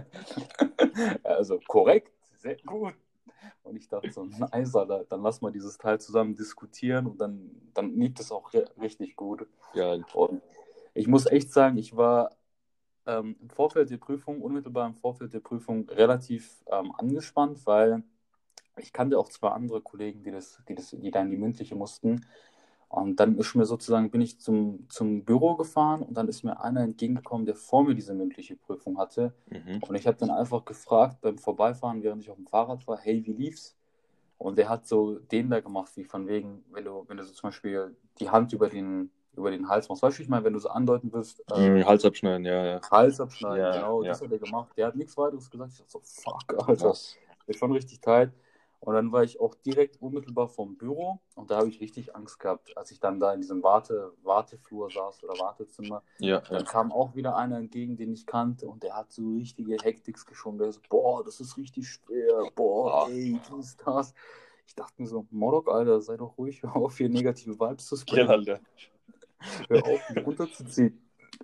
Speaker 2: Also korrekt, sehr gut. Und ich dachte so, nice, Alter, dann lass mal dieses Teil zusammen diskutieren und dann, dann liegt es auch re- richtig gut.
Speaker 1: Geil.
Speaker 2: Und ich muss echt sagen, ich war ähm, im Vorfeld der Prüfung, unmittelbar im Vorfeld der Prüfung, relativ ähm, angespannt, weil ich kannte auch zwei andere Kollegen, die das, die das, die da in die mündliche mussten. Und dann ist mir sozusagen, bin ich zum, zum Büro gefahren und dann ist mir einer entgegengekommen, der vor mir diese mündliche Prüfung hatte.
Speaker 1: Mhm.
Speaker 2: Und ich habe dann einfach gefragt beim Vorbeifahren, während ich auf dem Fahrrad war, hey, wie lief's? Und der hat so den da gemacht, wie von wegen, wenn du, wenn du so zum Beispiel die Hand über den, über den Hals machst. Weißt du, ich meine, wenn du so andeuten willst, äh,
Speaker 1: Mhm, Hals abschneiden, ja, ja.
Speaker 2: Hals abschneiden,
Speaker 1: Ja,
Speaker 2: genau,
Speaker 1: ja.
Speaker 2: das hat er gemacht. Der hat nichts weiteres gesagt. Ich dachte so, fuck, Alter.
Speaker 1: Krass.
Speaker 2: Das ist schon richtig tight. Und dann war ich auch direkt unmittelbar vorm Büro und da habe ich richtig Angst gehabt, als ich dann da in diesem Warte, Warteflur saß oder Wartezimmer.
Speaker 1: Ja,
Speaker 2: Dann
Speaker 1: ja.
Speaker 2: kam auch wieder einer entgegen, den ich kannte und der hat so richtige Hektik geschoben. Der so, boah, das ist richtig schwer, boah,
Speaker 1: Ah.
Speaker 2: ey, dies, das. Ich dachte mir so, Modok, Alter, sei doch ruhig, hör auf, hier negative Vibes zu
Speaker 1: Gell,
Speaker 2: sprechen.
Speaker 1: Alter.
Speaker 2: Hör auf, mich runterzuziehen.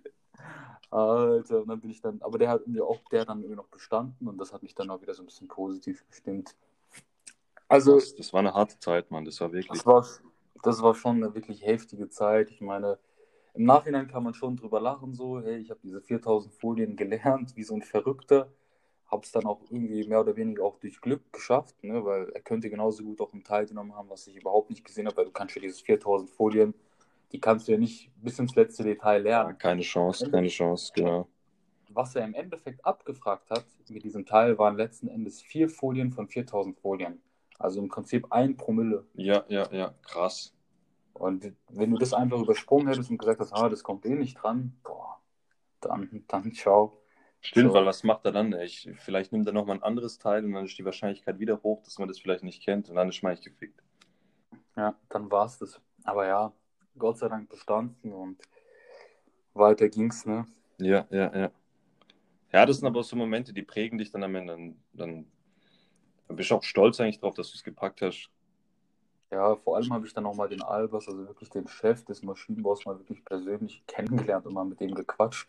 Speaker 2: Alter, und dann bin ich dann, aber der hat irgendwie auch, der hat dann irgendwie noch bestanden und das hat mich dann auch wieder so ein bisschen positiv gestimmt. Also,
Speaker 1: Das, das war eine harte Zeit, Mann. Das war wirklich.
Speaker 2: das war, das war schon eine wirklich heftige Zeit. Ich meine, im Nachhinein kann man schon drüber lachen, so, hey, ich habe diese viertausend Folien gelernt, wie so ein Verrückter. Habe es dann auch irgendwie mehr oder weniger auch durch Glück geschafft, ne, weil er könnte genauso gut auch einen Teil genommen haben, was ich überhaupt nicht gesehen habe, weil du kannst ja diese viertausend Folien, die kannst du ja nicht bis ins letzte Detail
Speaker 1: Ja,
Speaker 2: lernen.
Speaker 1: keine Chance, keine Chance, genau.
Speaker 2: Was er im Endeffekt abgefragt hat mit diesem Teil, waren letzten Endes vier Folien von viertausend Folien. Also im Prinzip ein Promille.
Speaker 1: Ja, ja, ja, krass.
Speaker 2: Und wenn du das einfach übersprungen hättest und gesagt hast, ah, das kommt eh nicht dran, boah, dann, dann ciao.
Speaker 1: Stimmt,
Speaker 2: So.
Speaker 1: weil was macht er dann? Ich, vielleicht nimmt er nochmal ein anderes Teil und dann ist die Wahrscheinlichkeit wieder hoch, dass man das vielleicht nicht kennt und dann ist man echt gefickt.
Speaker 2: Ja, dann war's das. Aber ja, Gott sei Dank bestanden und weiter ging's, ne?
Speaker 1: Ja, ja, ja. Ja, das sind aber so Momente, die prägen dich dann am Ende. Dann, dann, dann bist du auch stolz eigentlich drauf, dass du es gepackt hast.
Speaker 2: Ja, vor allem habe ich dann nochmal den Albers, also wirklich den Chef des Maschinenbaus, mal wirklich persönlich kennengelernt und mal mit dem gequatscht.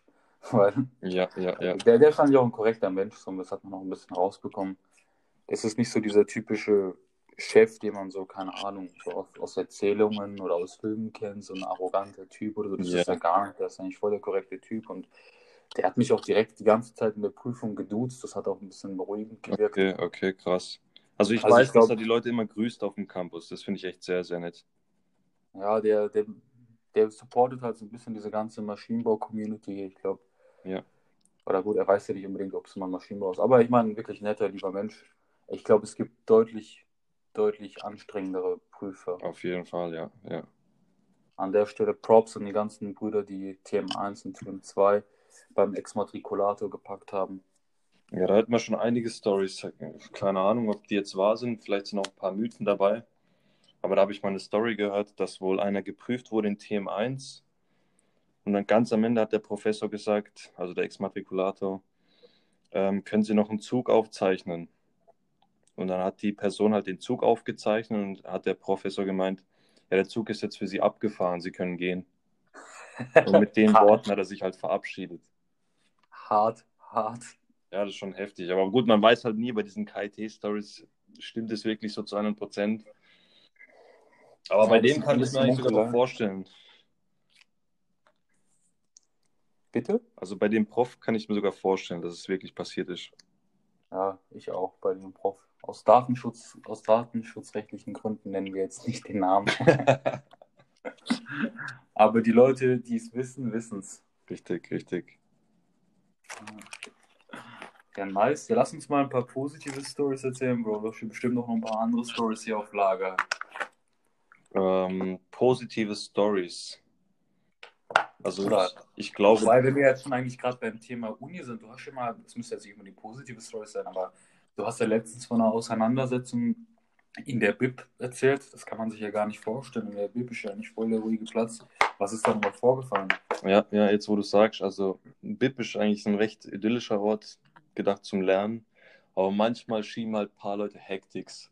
Speaker 2: Weil
Speaker 1: Ja, ja, ja.
Speaker 2: der, der ist eigentlich auch ein korrekter Mensch, so, und das hat man auch ein bisschen rausbekommen. Es ist nicht so dieser typische Chef, den man so, keine Ahnung, so aus, aus Erzählungen oder aus Filmen kennt, so ein arroganter Typ oder so. Das ist
Speaker 1: Ja,
Speaker 2: er gar nicht. Der ist eigentlich voll der korrekte Typ. Und der hat mich auch direkt die ganze Zeit in der Prüfung geduzt. Das hat auch ein bisschen beruhigend gewirkt.
Speaker 1: okay, okay, krass. Also ich
Speaker 2: Also ich
Speaker 1: weiß, dass er
Speaker 2: glaube,
Speaker 1: die Leute immer grüßt auf dem Campus. Das finde ich echt sehr, sehr nett.
Speaker 2: ja, der, der, der supportet halt so ein bisschen diese ganze Maschinenbau-Community. Ich glaube,
Speaker 1: Ja,
Speaker 2: oder gut, er weiß ja nicht unbedingt, ob es mal Maschinenbau ist. Aber ich meine, wirklich netter, lieber Mensch. Ich glaube, es gibt deutlich, deutlich anstrengendere Prüfer.
Speaker 1: auf jeden Fall, ja, ja.
Speaker 2: An der Stelle Props an die ganzen Brüder, die T M eins und T M zwei beim Exmatrikulator gepackt haben.
Speaker 1: Ja, da hatten wir schon einige Stories. Keine Ahnung, ob die jetzt wahr sind. Vielleicht sind auch ein paar Mythen dabei. Aber da habe ich mal eine Story gehört, dass wohl einer geprüft wurde in T M eins. Und dann ganz am Ende hat der Professor gesagt, also der Exmatrikulator, ähm, können Sie noch einen Zug aufzeichnen? Und dann hat die Person halt den Zug aufgezeichnet und hat der Professor gemeint, ja, der Zug ist jetzt für Sie abgefahren, Sie können gehen. Und mit den
Speaker 2: hart,
Speaker 1: Worten hat er sich halt verabschiedet.
Speaker 2: hart, hart.
Speaker 1: Ja, das ist schon heftig. Aber gut, man weiß halt nie bei diesen K I T-Stories, stimmt es wirklich so zu hundert Prozent. Aber bei
Speaker 2: Ja, das
Speaker 1: dem
Speaker 2: ist ein
Speaker 1: kann ich mir
Speaker 2: bisschen
Speaker 1: eigentlich sogar noch
Speaker 2: Munkelei.
Speaker 1: vorstellen.
Speaker 2: Bitte?
Speaker 1: Also bei dem Prof kann ich mir sogar vorstellen, dass es wirklich passiert ist.
Speaker 2: Ja, ich auch bei dem Prof. Aus Datenschutz, aus datenschutzrechtlichen Gründen nennen wir jetzt nicht den Namen. Aber die Leute, die es wissen, wissen es.
Speaker 1: Richtig, richtig.
Speaker 2: Ja, nice. Ja, lass uns mal ein paar positive Stories erzählen, Bro. Du hast bestimmt noch ein paar andere Stories hier auf Lager.
Speaker 1: Ähm, positive Stories. Also
Speaker 2: Oder,
Speaker 1: ich, ich glaube,
Speaker 2: wobei, wenn wir jetzt schon eigentlich gerade beim Thema Uni sind, du hast schon mal, das müsste jetzt nicht immer die positive Story sein, aber du hast ja letztens von einer Auseinandersetzung in der B I P erzählt. Das kann man sich ja gar nicht vorstellen. In der B I P ist ja eigentlich voll der ruhige Platz. Was ist da nochmal vorgefallen?
Speaker 1: ja, ja, jetzt wo du sagst, also B I P ist eigentlich ein recht idyllischer Ort, gedacht zum Lernen. Aber manchmal schieben halt ein paar Leute Hektiks.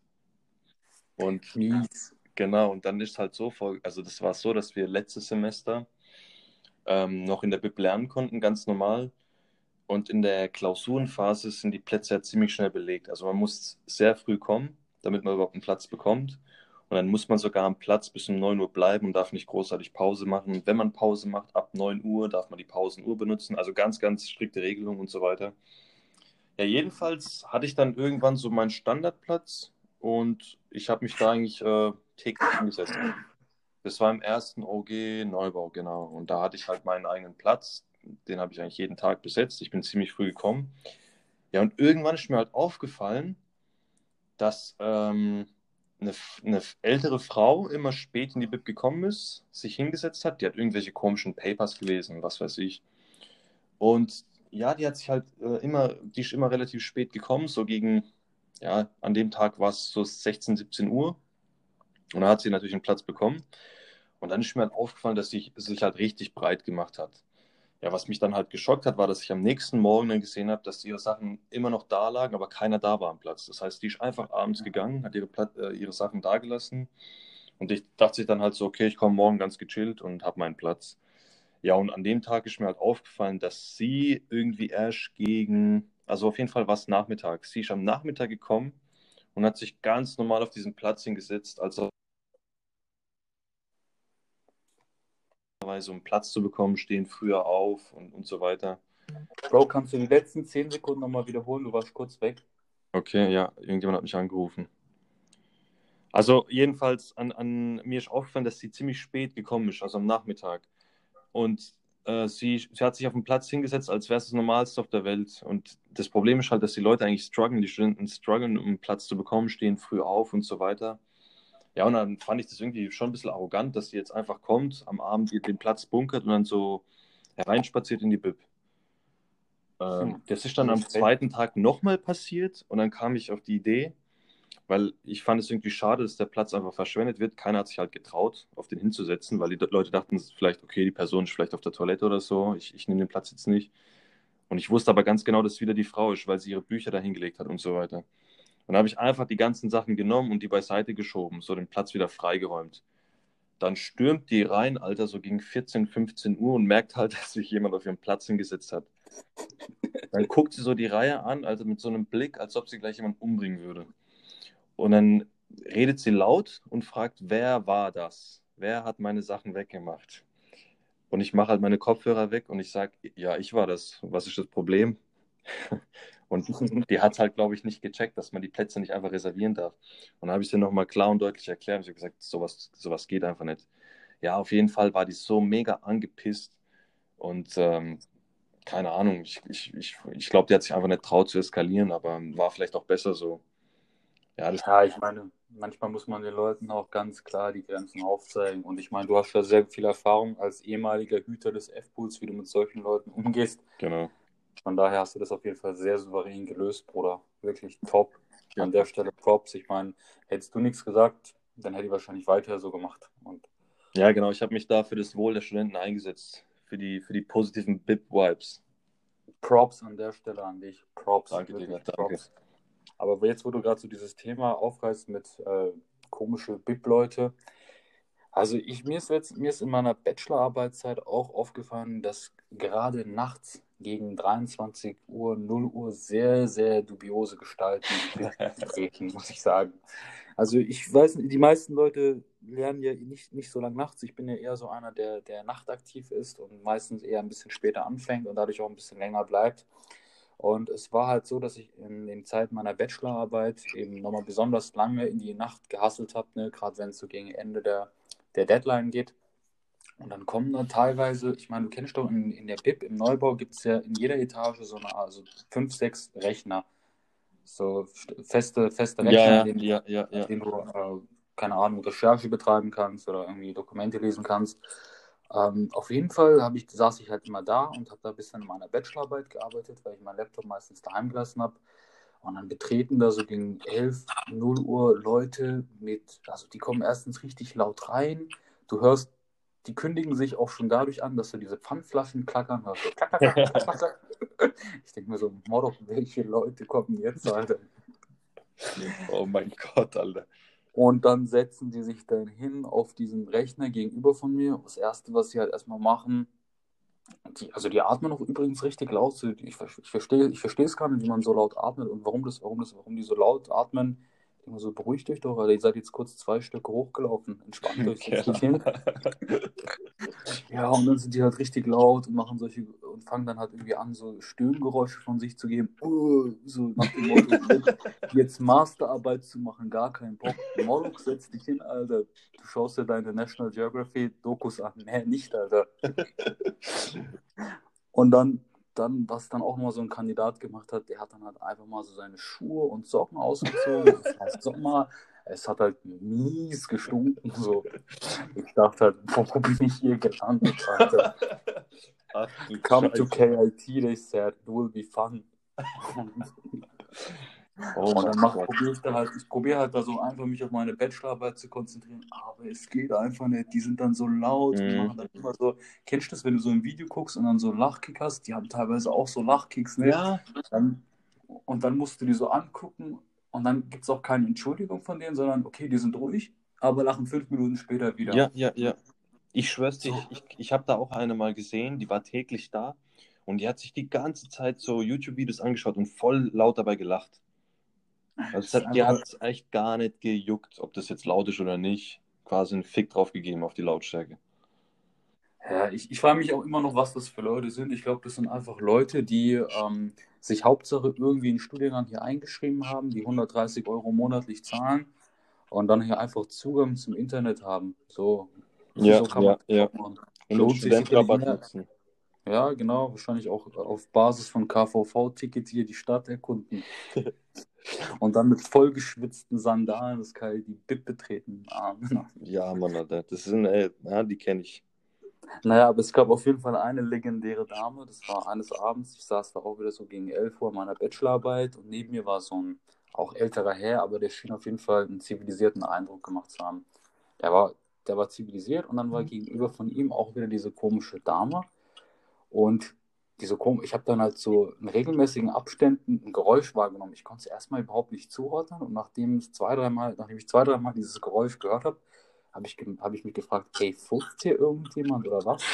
Speaker 1: Und
Speaker 2: Mies.
Speaker 1: genau, und dann ist halt so, vor- also das war so, dass wir letztes Semester ähm, noch in der B I P lernen konnten, ganz normal. Und in der Klausurenphase sind die Plätze ja ziemlich schnell belegt. Also man muss sehr früh kommen, damit man überhaupt einen Platz bekommt. Und dann muss man sogar am Platz bis um neun Uhr bleiben und darf nicht großartig Pause machen. Und wenn man Pause macht, ab neun Uhr darf man die Pausenuhr benutzen. Also ganz, ganz strikte Regelungen und so weiter. Ja, jedenfalls hatte ich dann irgendwann so meinen Standardplatz und ich habe mich da eigentlich äh, täglich hingesetzt. Das war im ersten O G Neubau, genau. Und da hatte ich halt meinen eigenen Platz. Den habe ich eigentlich jeden Tag besetzt. Ich bin ziemlich früh gekommen. Ja, und irgendwann ist mir halt aufgefallen, dass ähm, eine, eine ältere Frau immer spät in die B I P gekommen ist, sich hingesetzt hat. Die hat irgendwelche komischen Papers gelesen, was weiß ich. Und ja, die hat sich halt äh, immer, die ist immer relativ spät gekommen, so gegen, ja, an dem Tag war es so sechzehn, siebzehn Uhr. Und da hat sie natürlich einen Platz bekommen. Und dann ist mir halt aufgefallen, dass sie sich halt richtig breit gemacht hat. Ja, was mich dann halt geschockt hat, war, dass ich am nächsten Morgen dann gesehen habe, dass ihre Sachen immer noch da lagen, aber keiner da war am Platz. Das heißt, die ist einfach abends gegangen, hat ihre, Pla- äh, ihre Sachen da gelassen und ich dachte sich dann halt so, okay, ich komme morgen ganz gechillt und habe meinen Platz. Ja, und an dem Tag ist mir halt aufgefallen, dass sie irgendwie erst gegen, also auf jeden Fall war es Nachmittag. Sie ist am Nachmittag gekommen und hat sich ganz normal auf diesen Platz hingesetzt, also um Platz zu bekommen, stehen früher auf und, und so weiter.
Speaker 2: Bro, kannst du die letzten zehn Sekunden nochmal wiederholen? Du warst kurz weg.
Speaker 1: Okay, ja, irgendjemand hat mich angerufen. Also jedenfalls an, an mir ist aufgefallen, dass sie ziemlich spät gekommen ist, also am Nachmittag. Und äh, sie, sie hat sich auf den Platz hingesetzt, als wäre es das Normalste auf der Welt. Und das Problem ist halt, dass die Leute eigentlich strugglen, die Studenten strugglen, um einen Platz zu bekommen, stehen früh auf und so weiter. Ja, und dann fand ich das irgendwie schon ein bisschen arrogant, dass sie jetzt einfach kommt, am Abend den Platz bunkert und dann so hereinspaziert in die B I P. Ähm,
Speaker 2: Hm.
Speaker 1: das ist dann am
Speaker 2: Nicht schlecht.
Speaker 1: zweiten Tag nochmal passiert und dann kam ich auf die Idee, weil ich fand es irgendwie schade, dass der Platz einfach verschwendet wird. Keiner hat sich halt getraut, auf den hinzusetzen, weil die Leute dachten vielleicht, okay, die Person ist vielleicht auf der Toilette oder so. Ich, ich nehme den Platz jetzt nicht. Und ich wusste aber ganz genau, dass es wieder die Frau ist, weil sie ihre Bücher da hingelegt hat und so weiter. Und dann habe ich einfach die ganzen Sachen genommen und die beiseite geschoben, so den Platz wieder freigeräumt. dann stürmt die rein, Alter, so gegen vierzehn, fünfzehn Uhr und merkt halt, dass sich jemand auf ihren Platz hingesetzt hat. Dann guckt sie so die Reihe an, also mit so einem Blick, als ob sie gleich jemanden umbringen würde. Und dann redet sie laut und fragt, wer war das? Wer hat meine Sachen weggemacht? Und ich mache halt meine Kopfhörer weg und ich sage, ja, ich war das. Was ist das Problem? Und die hat es halt, glaube ich, nicht gecheckt, dass man die Plätze nicht einfach reservieren darf. Und dann habe ich sie nochmal klar und deutlich erklärt. Ich habe gesagt, sowas, sowas geht einfach nicht. Ja, auf jeden Fall war die so mega angepisst. Und ähm, keine Ahnung, ich, ich, ich, ich glaube, die hat sich einfach nicht traut zu eskalieren, aber war vielleicht auch besser so. Ja, das,
Speaker 2: Ja, ich meine, manchmal muss man den Leuten auch ganz klar die Grenzen aufzeigen. Und ich meine, du hast ja sehr viel Erfahrung als ehemaliger Hüter des F-Pools, wie du mit solchen Leuten umgehst.
Speaker 1: genau.
Speaker 2: Von daher hast du das auf jeden Fall sehr souverän gelöst, Bruder. Wirklich top.
Speaker 1: Ja.
Speaker 2: An der Stelle Props. Ich meine, hättest du nichts gesagt, dann hätte ich wahrscheinlich weiter so gemacht. Und
Speaker 1: Ja, genau. Ich habe mich da für das Wohl der Studenten eingesetzt. Für die, für die positiven B I P-Vibes.
Speaker 2: Props an der Stelle an dich. Props.
Speaker 1: Danke,
Speaker 2: wirklich
Speaker 1: Digga, danke.
Speaker 2: Props. Aber jetzt, wo du gerade so dieses Thema aufreißt mit äh, komische B I P-Leute. Also ich, mir ist jetzt, mir ist in meiner Bachelorarbeitszeit auch aufgefallen, dass gerade nachts gegen dreiundzwanzig Uhr, null Uhr sehr, sehr dubiose Gestalten treten, muss ich sagen. Also ich weiß, nicht, die meisten Leute lernen ja nicht, nicht so lange nachts. Ich bin ja eher so einer, der, der nachtaktiv ist und meistens eher ein bisschen später anfängt und dadurch auch ein bisschen länger bleibt. Und es war halt so, dass ich in den Zeiten meiner Bachelorarbeit eben nochmal besonders lange in die Nacht gehustelt habe, ne? Gerade wenn es so gegen Ende der, der Deadline geht. Und dann kommen dann teilweise, ich meine, du kennst doch, in, in der B I P, im Neubau gibt es ja in jeder Etage so eine, also fünf, sechs Rechner. So feste, feste Rechner,
Speaker 1: Ja,
Speaker 2: an denen,
Speaker 1: ja, ja, ja.
Speaker 2: an denen du, äh, keine Ahnung, Recherche betreiben kannst oder irgendwie Dokumente lesen kannst. Ähm, auf jeden Fall habe ich, saß ich halt immer da und habe da ein bisschen in meiner Bachelorarbeit gearbeitet, weil ich meinen Laptop meistens daheim gelassen habe. Und dann betreten da so gegen elf, null Uhr Leute mit, also die kommen erstens richtig laut rein. Du hörst, die kündigen sich auch schon dadurch an, dass du diese Pfandflaschen klackern hörst. So klack, klack, klack, klack, klack. Ich denke mir so, Motto, welche Leute kommen jetzt, Alter?
Speaker 1: Oh mein Gott, Alter.
Speaker 2: Und dann setzen die sich dann hin auf diesen Rechner gegenüber von mir. Das Erste, was sie halt erstmal machen, die, also die atmen auch übrigens richtig laut. So, Ich, ver- ich verstehe ich verstehe es gar nicht, wie man so laut atmet und warum das, warum das, warum die so laut atmen. Ich denke mir so, beruhigt euch doch, Alter. Ihr seid jetzt kurz zwei Stücke hochgelaufen. Entspannt euch, setzt euch hin. Ja, und dann sind die halt richtig laut und machen solche und fangen dann halt irgendwie an, so Stöhngeräusche von sich zu geben. Uh, so nach dem Motto, jetzt, jetzt Masterarbeit zu machen, gar keinen Bock. Moloch, setz dich hin, Alter. Du schaust dir deine National Geography Dokus an. Nee, nicht, Alter. Und dann, dann, was dann auch mal so ein Kandidat gemacht hat, der hat dann halt einfach mal so seine Schuhe und Socken ausgezogen. Es heißt Sommer. Es hat halt mies gestunken. So. Ich dachte halt, wo bin ich hier gelandet, Alter?
Speaker 1: Ach du
Speaker 2: Come to
Speaker 1: Scheiße.
Speaker 2: K I T, they said, it will be fun.
Speaker 1: Oh
Speaker 2: Und
Speaker 1: mein
Speaker 2: dann mach,
Speaker 1: Gott.
Speaker 2: probiere ich da halt, ich probiere halt da so einfach mich auf meine Bachelorarbeit zu konzentrieren, aber es geht einfach nicht. Die sind dann so laut und
Speaker 1: Mhm.
Speaker 2: machen dann immer so, kennst du das, wenn du so ein Video guckst und dann so Lachkick hast? Die haben teilweise auch so Lachkicks, ne?
Speaker 1: Ja,
Speaker 2: Dann, und dann musst du die so angucken und dann gibt es auch keine Entschuldigung von denen, sondern okay, die sind ruhig, aber lachen fünf Minuten später wieder.
Speaker 1: ja, ja, ja. Ich schwör's dir,
Speaker 2: So.
Speaker 1: ich, ich, ich habe da auch eine mal gesehen, die war täglich da und die hat sich die ganze Zeit so YouTube-Videos angeschaut und voll laut dabei gelacht. Also es
Speaker 2: Das ist
Speaker 1: hat, die
Speaker 2: einfach,
Speaker 1: hat echt gar nicht gejuckt, ob das jetzt laut ist oder nicht. Quasi einen Fick drauf gegeben auf die Lautstärke.
Speaker 2: ja, ich, ich frage mich auch immer noch, was das für Leute sind. Ich glaube, das sind einfach Leute, die ähm, sich Hauptsache irgendwie einen Studiengang hier eingeschrieben haben, die hundertdreißig Euro monatlich zahlen und dann hier einfach Zugang zum Internet haben. So,
Speaker 1: Ja,
Speaker 2: so kann man
Speaker 1: ja,
Speaker 2: das
Speaker 1: ja.
Speaker 2: auch machen.
Speaker 1: Und den
Speaker 2: Lohnt sich sicherlich
Speaker 1: Studentenrabatt
Speaker 2: mehr.
Speaker 1: nutzen.
Speaker 2: Ja, genau, wahrscheinlich auch auf Basis von K V V-Ticket hier die Stadt erkunden und dann mit vollgeschwitzten Sandalen das K I die B I P betreten. Ah,
Speaker 1: Ja, Mann, Alter. Das sind, ey, ja, die kenne ich.
Speaker 2: Naja, aber es gab auf jeden Fall eine legendäre Dame. Das war eines Abends, ich saß da auch wieder so gegen elf Uhr in meiner Bachelorarbeit und neben mir war so ein auch älterer Herr, aber der schien auf jeden Fall einen zivilisierten Eindruck gemacht zu haben. Der war, der war zivilisiert und dann war gegenüber von ihm auch wieder diese komische Dame. Und diese kom ich habe dann halt so in regelmäßigen Abständen ein Geräusch wahrgenommen. Ich konnte es erstmal überhaupt nicht zuordnen und nachdem es zwei, dreimal, nachdem ich zwei, dreimal dieses Geräusch gehört habe, habe ich, ge- hab ich mich gefragt, ey, furzt hier irgendjemand oder was?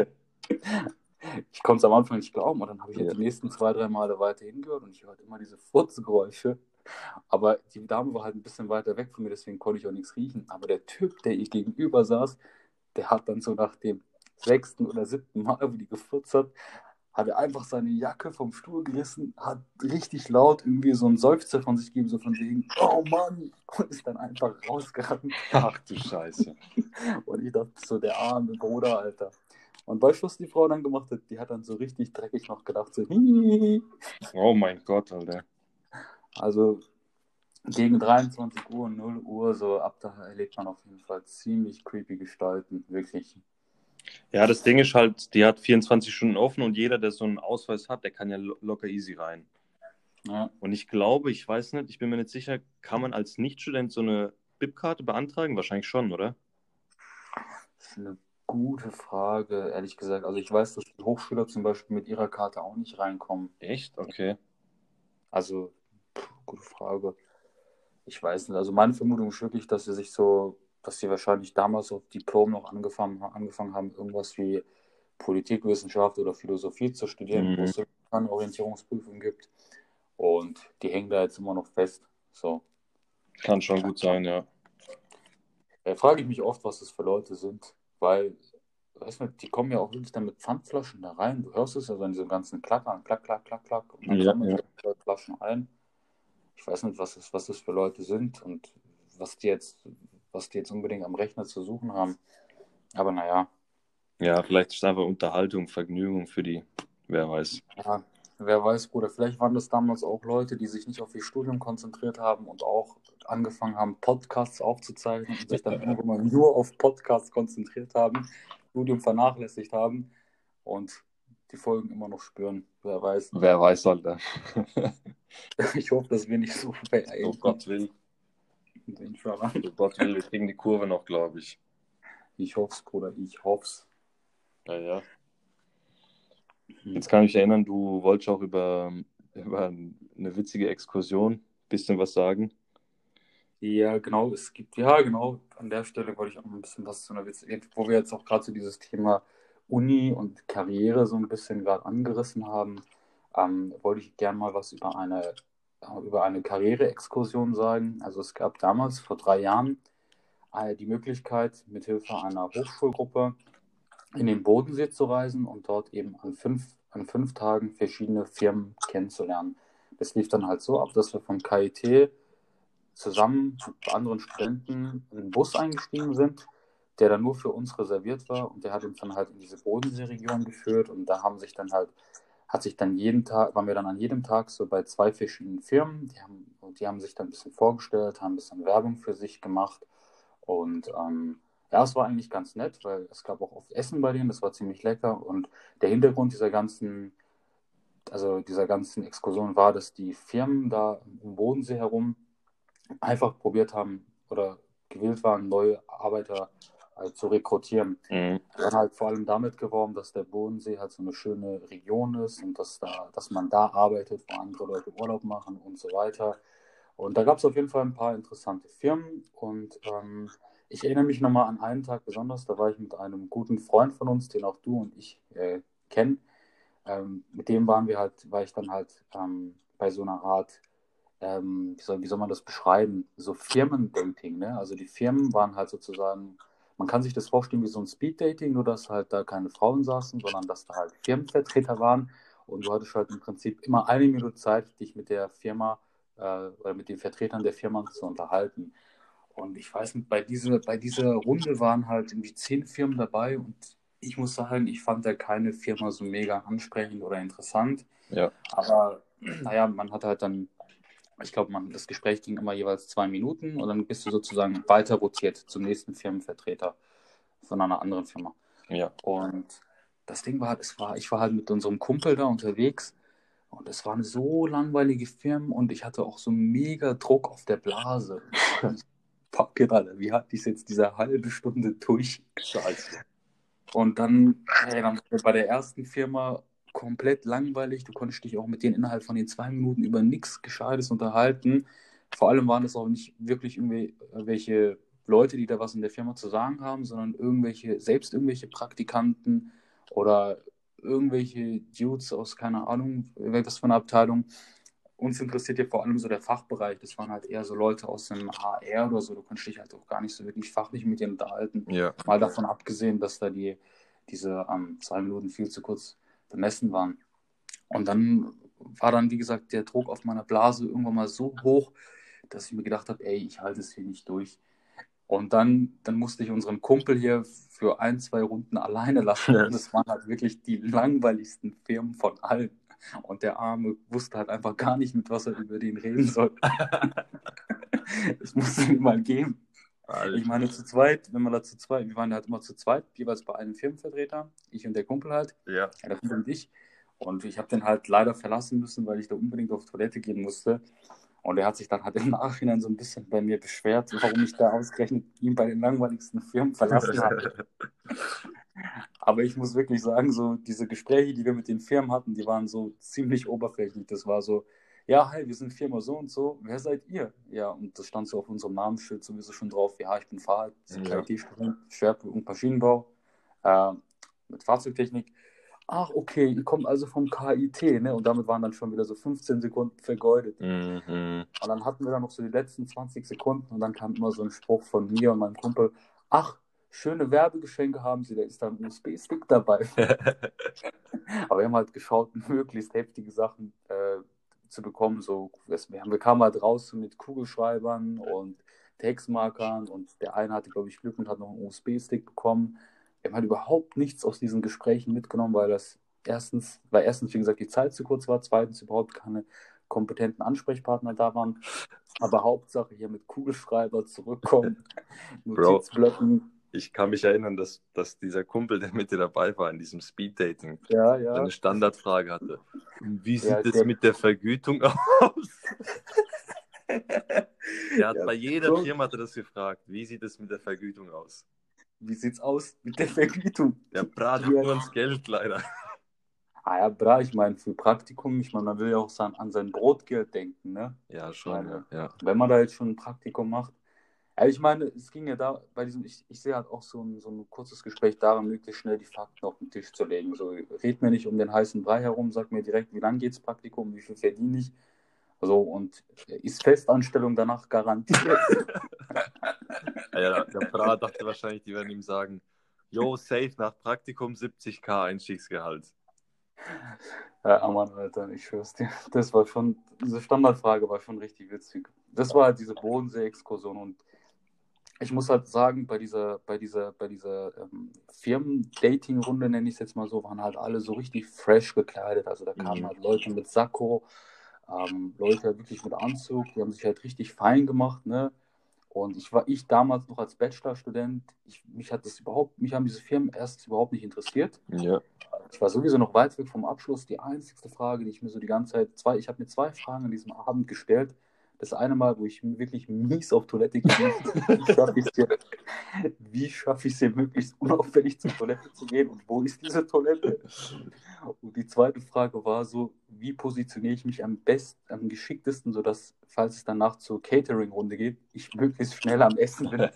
Speaker 2: Ich konnte es am Anfang nicht glauben und dann habe ich halt
Speaker 1: Ja.
Speaker 2: die nächsten zwei, drei Male weiter hingehört und ich hörte immer diese Furzgeräusche. Aber die Dame war halt ein bisschen weiter weg von mir, deswegen konnte ich auch nichts riechen. Aber der Typ, der ihr gegenüber saß, der hat dann so nach dem sechsten oder siebten Mal, wo die gefurzt hat, hat er einfach seine Jacke vom Stuhl gerissen, hat richtig laut irgendwie so einen Seufzer von sich gegeben, so von wegen, oh Mann, und ist dann einfach rausgerannt.
Speaker 1: Ach du Scheiße.
Speaker 2: Und ich dachte so, der arme Bruder, Alter. Und weißt du, was die Frau dann gemacht hat? Die hat dann so richtig dreckig noch gedacht, so, hihihi.
Speaker 1: Oh mein Gott, Alter.
Speaker 2: Also gegen dreiundzwanzig Uhr, null Uhr, so ab da erlebt man auf jeden Fall ziemlich creepy Gestalten, wirklich.
Speaker 1: Ja, das Ding ist halt, die hat vierundzwanzig Stunden offen und jeder, der so einen Ausweis hat, der kann ja lo- locker easy rein.
Speaker 2: Ja.
Speaker 1: Und ich glaube, ich weiß nicht, ich bin mir nicht sicher, kann man als Nichtstudent so eine B I P-Karte beantragen? Wahrscheinlich schon, oder?
Speaker 2: Das ist eine gute Frage, ehrlich gesagt. Also ich weiß, dass die Hochschüler zum Beispiel mit ihrer Karte auch nicht reinkommen.
Speaker 1: Echt? Okay.
Speaker 2: Also, pff, gute Frage. Ich weiß nicht. Also meine Vermutung ist wirklich, dass sie sich so, dass sie wahrscheinlich damals auf Diplom noch angefangen, angefangen haben, irgendwas wie Politikwissenschaft oder Philosophie zu studieren, wo
Speaker 1: Mhm.
Speaker 2: es eine Orientierungsprüfung gibt. Und die hängen da jetzt immer noch fest. So.
Speaker 1: Kann schon gut sein, ja.
Speaker 2: Da frage ich mich oft, was das für Leute sind, weil, weißt du, die kommen ja auch wirklich dann mit Pfandflaschen da rein. Du hörst es ja so an diesem ganzen Klackern, klack, klack, klack, klack. Und dann
Speaker 1: Ja,
Speaker 2: sammeln
Speaker 1: ja.
Speaker 2: die da Flaschen ein. Ich weiß nicht, was das, was das für Leute sind und was die jetzt, was die jetzt unbedingt am Rechner zu suchen haben. Aber naja,
Speaker 1: Ja, vielleicht ist es einfach Unterhaltung, Vergnügung für die, wer weiß.
Speaker 2: ja, wer weiß, Bruder, vielleicht waren das damals auch Leute, die sich nicht auf ihr Studium konzentriert haben und auch angefangen haben, Podcasts aufzuzeichnen und sich dann irgendwann mal nur auf Podcasts konzentriert haben, Studium vernachlässigt haben und die Folgen immer noch spüren. Wer weiß.
Speaker 1: Wer weiß, Alter.
Speaker 2: Ich hoffe, dass wir nicht so
Speaker 1: Oh
Speaker 2: verenden.
Speaker 1: Gott will.
Speaker 2: Inshallah.
Speaker 1: Oh Gott will, wir kriegen die Kurve noch, glaube ich.
Speaker 2: Ich hoffe es, Bruder, ich hoffe es.
Speaker 1: Ja, ja. Jetzt kann ich mich erinnern, du wolltest auch über, über eine witzige Exkursion ein bisschen was sagen.
Speaker 2: Ja, genau, es gibt, ja, genau, an der Stelle wollte ich auch ein bisschen was zu einer Witz, wo wir jetzt auch gerade so dieses Thema Uni und Karriere so ein bisschen gerade angerissen haben, ähm, wollte ich gerne mal was über eine, äh, über eine Karriereexkursion sagen. Also es gab damals, vor drei Jahren, äh, die Möglichkeit, mithilfe einer Hochschulgruppe in den Bodensee zu reisen und dort eben an fünf, an fünf Tagen verschiedene Firmen kennenzulernen. Das lief dann halt so ab, dass wir vom K I T zusammen mit anderen Studenten in einen Bus eingestiegen sind, der dann nur für uns reserviert war und der hat uns dann halt in diese Bodenseeregion geführt und da haben sich dann halt, hat sich dann jeden Tag, waren wir dann an jedem Tag so bei zwei verschiedenen Firmen, die haben, die haben sich dann ein bisschen vorgestellt, haben ein bisschen Werbung für sich gemacht und ähm, ja, es war eigentlich ganz nett, weil es gab auch oft Essen bei denen, das war ziemlich lecker und der Hintergrund dieser ganzen, also dieser ganzen Exkursion war, dass die Firmen da im Bodensee herum einfach probiert haben oder gewillt waren, neue Arbeiter äh, zu rekrutieren.
Speaker 1: Mhm.
Speaker 2: Wir haben halt vor allem damit geworben, dass der Bodensee halt so eine schöne Region ist und dass, da, dass man da arbeitet, wo andere Leute Urlaub machen und so weiter. Und da gab es auf jeden Fall ein paar interessante Firmen und ähm, ich erinnere mich nochmal an einen Tag besonders, da war ich mit einem guten Freund von uns, den auch du und ich äh, kennen. Ähm, mit dem waren wir halt, war ich dann halt ähm, bei so einer Art ähm, wie soll, wie soll man das beschreiben? So Firmendating, ne? Also die Firmen waren halt sozusagen, man kann sich das vorstellen wie so ein Speeddating, nur dass halt da keine Frauen saßen, sondern dass da halt Firmenvertreter waren und du hattest halt im Prinzip immer eine Minute Zeit, dich mit der Firma äh, oder mit den Vertretern der Firma zu unterhalten. Und ich weiß nicht, bei dieser, bei dieser Runde waren halt irgendwie zehn Firmen dabei und ich muss sagen, ich fand da keine Firma so mega ansprechend oder interessant.
Speaker 1: Ja.
Speaker 2: Aber naja, man hat halt dann ich glaube, man, das Gespräch ging immer jeweils zwei Minuten und dann bist du sozusagen weiter rotiert zum nächsten Firmenvertreter von einer anderen Firma.
Speaker 1: Ja.
Speaker 2: Und das Ding war halt, es war, ich war halt mit unserem Kumpel da unterwegs und es waren so langweilige Firmen und ich hatte auch so mega Druck auf der Blase. Ich war so, fuck it, Alter, wie hatte ich es jetzt diese halbe Stunde durch?
Speaker 1: Scheiße.
Speaker 2: Und dann, hey, dann bei der ersten Firma komplett langweilig. Du konntest dich auch mit denen innerhalb von den zwei Minuten über nichts Gescheites unterhalten. Vor allem waren es auch nicht wirklich irgendwie welche Leute, die da was in der Firma zu sagen haben, sondern irgendwelche, selbst irgendwelche Praktikanten oder irgendwelche Dudes aus, keine Ahnung, was für eine Abteilung. Uns interessiert ja vor allem so der Fachbereich. Das waren halt eher so Leute aus dem H R oder so. Du kannst dich halt auch gar nicht so wirklich fachlich mit denen unterhalten.
Speaker 1: Ja.
Speaker 2: Mal davon abgesehen, dass da die, diese ähm, zwei Minuten viel zu kurz bemessen waren. Und dann war dann, wie gesagt, der Druck auf meiner Blase irgendwann mal so hoch, dass ich mir gedacht habe, ey, ich halte es hier nicht durch. Und dann, dann musste ich unseren Kumpel hier für ein, zwei Runden alleine lassen. Und es waren halt wirklich die langweiligsten Firmen von allen. Und der Arme wusste halt einfach gar nicht, mit was er über den reden soll. Ich musste ihm mal geben.
Speaker 1: Alter.
Speaker 2: Ich meine, zu zweit, wenn man da zu zweit, wir waren halt immer zu zweit, jeweils bei einem Firmenvertreter, ich und der Kumpel halt,
Speaker 1: Ja.
Speaker 2: ja, der Kumpel und ich. Und ich habe den halt leider verlassen müssen, weil ich da unbedingt auf Toilette gehen musste. Und er hat sich dann halt im Nachhinein so ein bisschen bei mir beschwert, warum ich da ausgerechnet ihn bei den langweiligsten Firmen verlassen habe. Aber ich muss wirklich sagen, so diese Gespräche, die wir mit den Firmen hatten, die waren so ziemlich oberflächlich. Das war so, ja, hi, wir sind Firma so und so, wer seid ihr? Ja, und das stand so auf unserem Namensschild sowieso schon drauf, ja, ich bin Fahrer,
Speaker 1: Ja.
Speaker 2: K I T-Student, Schwerpunkt Maschinenbau, äh, mit Fahrzeugtechnik. Ach, okay, ihr kommt also vom K I T, ne? Und damit waren dann schon wieder so fünfzehn Sekunden vergeudet.
Speaker 1: Mhm.
Speaker 2: Und dann hatten wir dann noch so die letzten zwanzig Sekunden und dann kam immer so ein Spruch von mir und meinem Kumpel, ach, schöne Werbegeschenke haben Sie, da ist da ein U S B-Stick dabei. Aber wir haben halt geschaut, möglichst heftige Sachen äh, zu bekommen. So, wir, haben, wir kamen halt raus mit Kugelschreibern und Textmarkern und der eine hatte, glaube ich, Glück und hat noch einen U S B-Stick bekommen. Wir haben halt überhaupt nichts aus diesen Gesprächen mitgenommen, weil das erstens, weil erstens, wie gesagt, die Zeit zu kurz war, zweitens überhaupt keine kompetenten Ansprechpartner da waren. Aber Hauptsache hier mit Kugelschreiber zurückkommen, Notizblöcken.
Speaker 1: Ich kann mich erinnern, dass, dass dieser Kumpel, der mit dir dabei war in diesem Speeddating,
Speaker 2: ja, ja.
Speaker 1: eine Standardfrage hatte. Wie sieht
Speaker 2: Ja,
Speaker 1: es
Speaker 2: der-
Speaker 1: mit der Vergütung aus? Der hat
Speaker 2: Ja,
Speaker 1: bei jeder
Speaker 2: so.
Speaker 1: Firma hat er das gefragt. Wie sieht es mit der Vergütung aus?
Speaker 2: Wie sieht's aus mit der Vergütung?
Speaker 1: Der bratet
Speaker 2: Ja.
Speaker 1: nur ans Geld, leider.
Speaker 2: Ah ja, bra, ich meine, für Praktikum, ich meine, man will ja auch san- an sein Brotgeld denken, ne?
Speaker 1: Ja,
Speaker 2: Ich
Speaker 1: schon,
Speaker 2: meine,
Speaker 1: ja.
Speaker 2: wenn man da jetzt schon ein Praktikum macht. Ja, ich meine, es ging ja da bei diesem, ich, ich sehe halt auch so ein, so ein kurzes Gespräch daran, möglichst schnell die Fakten auf den Tisch zu legen. So, red mir nicht um den heißen Brei herum, sag mir direkt, wie lang geht's Praktikum, wie viel verdiene ich. So, und ist Festanstellung danach garantiert.
Speaker 1: Ja, der Brat dachte wahrscheinlich, die werden ihm sagen, yo, safe nach Praktikum siebzigtausend Einstiegsgehalt.
Speaker 2: Ja, Mann, Alter, ich schwör's dir. Das war schon, diese Standardfrage war schon richtig witzig. Das war halt diese Bodensee-Exkursion und ich muss halt sagen, bei dieser, bei dieser, bei dieser ähm, Firmen-Dating-Runde, nenne ich es jetzt mal so, waren halt alle so richtig fresh gekleidet. Also da kamen
Speaker 1: Mhm.
Speaker 2: halt Leute mit Sakko, ähm, Leute halt wirklich mit Anzug, die haben sich halt richtig fein gemacht, ne? Und ich war, ich damals noch als Bachelorstudent, ich, mich hat das überhaupt, mich haben diese Firmen erst überhaupt nicht interessiert.
Speaker 1: Ja.
Speaker 2: Ich war sowieso noch weit weg vom Abschluss. Die einzigste Frage, die ich mir so die ganze Zeit, zwei, ich habe mir zwei Fragen an diesem Abend gestellt. Das eine Mal, wo ich wirklich mies auf Toilette gehe, wie schaffe ich es hier, wie schaffe ich es hier möglichst unauffällig zur Toilette zu gehen und wo ist diese Toilette? Und die zweite Frage war so, wie positioniere ich mich am besten, am geschicktesten, sodass, falls es danach zur Catering-Runde geht, ich möglichst schnell am Essen bin.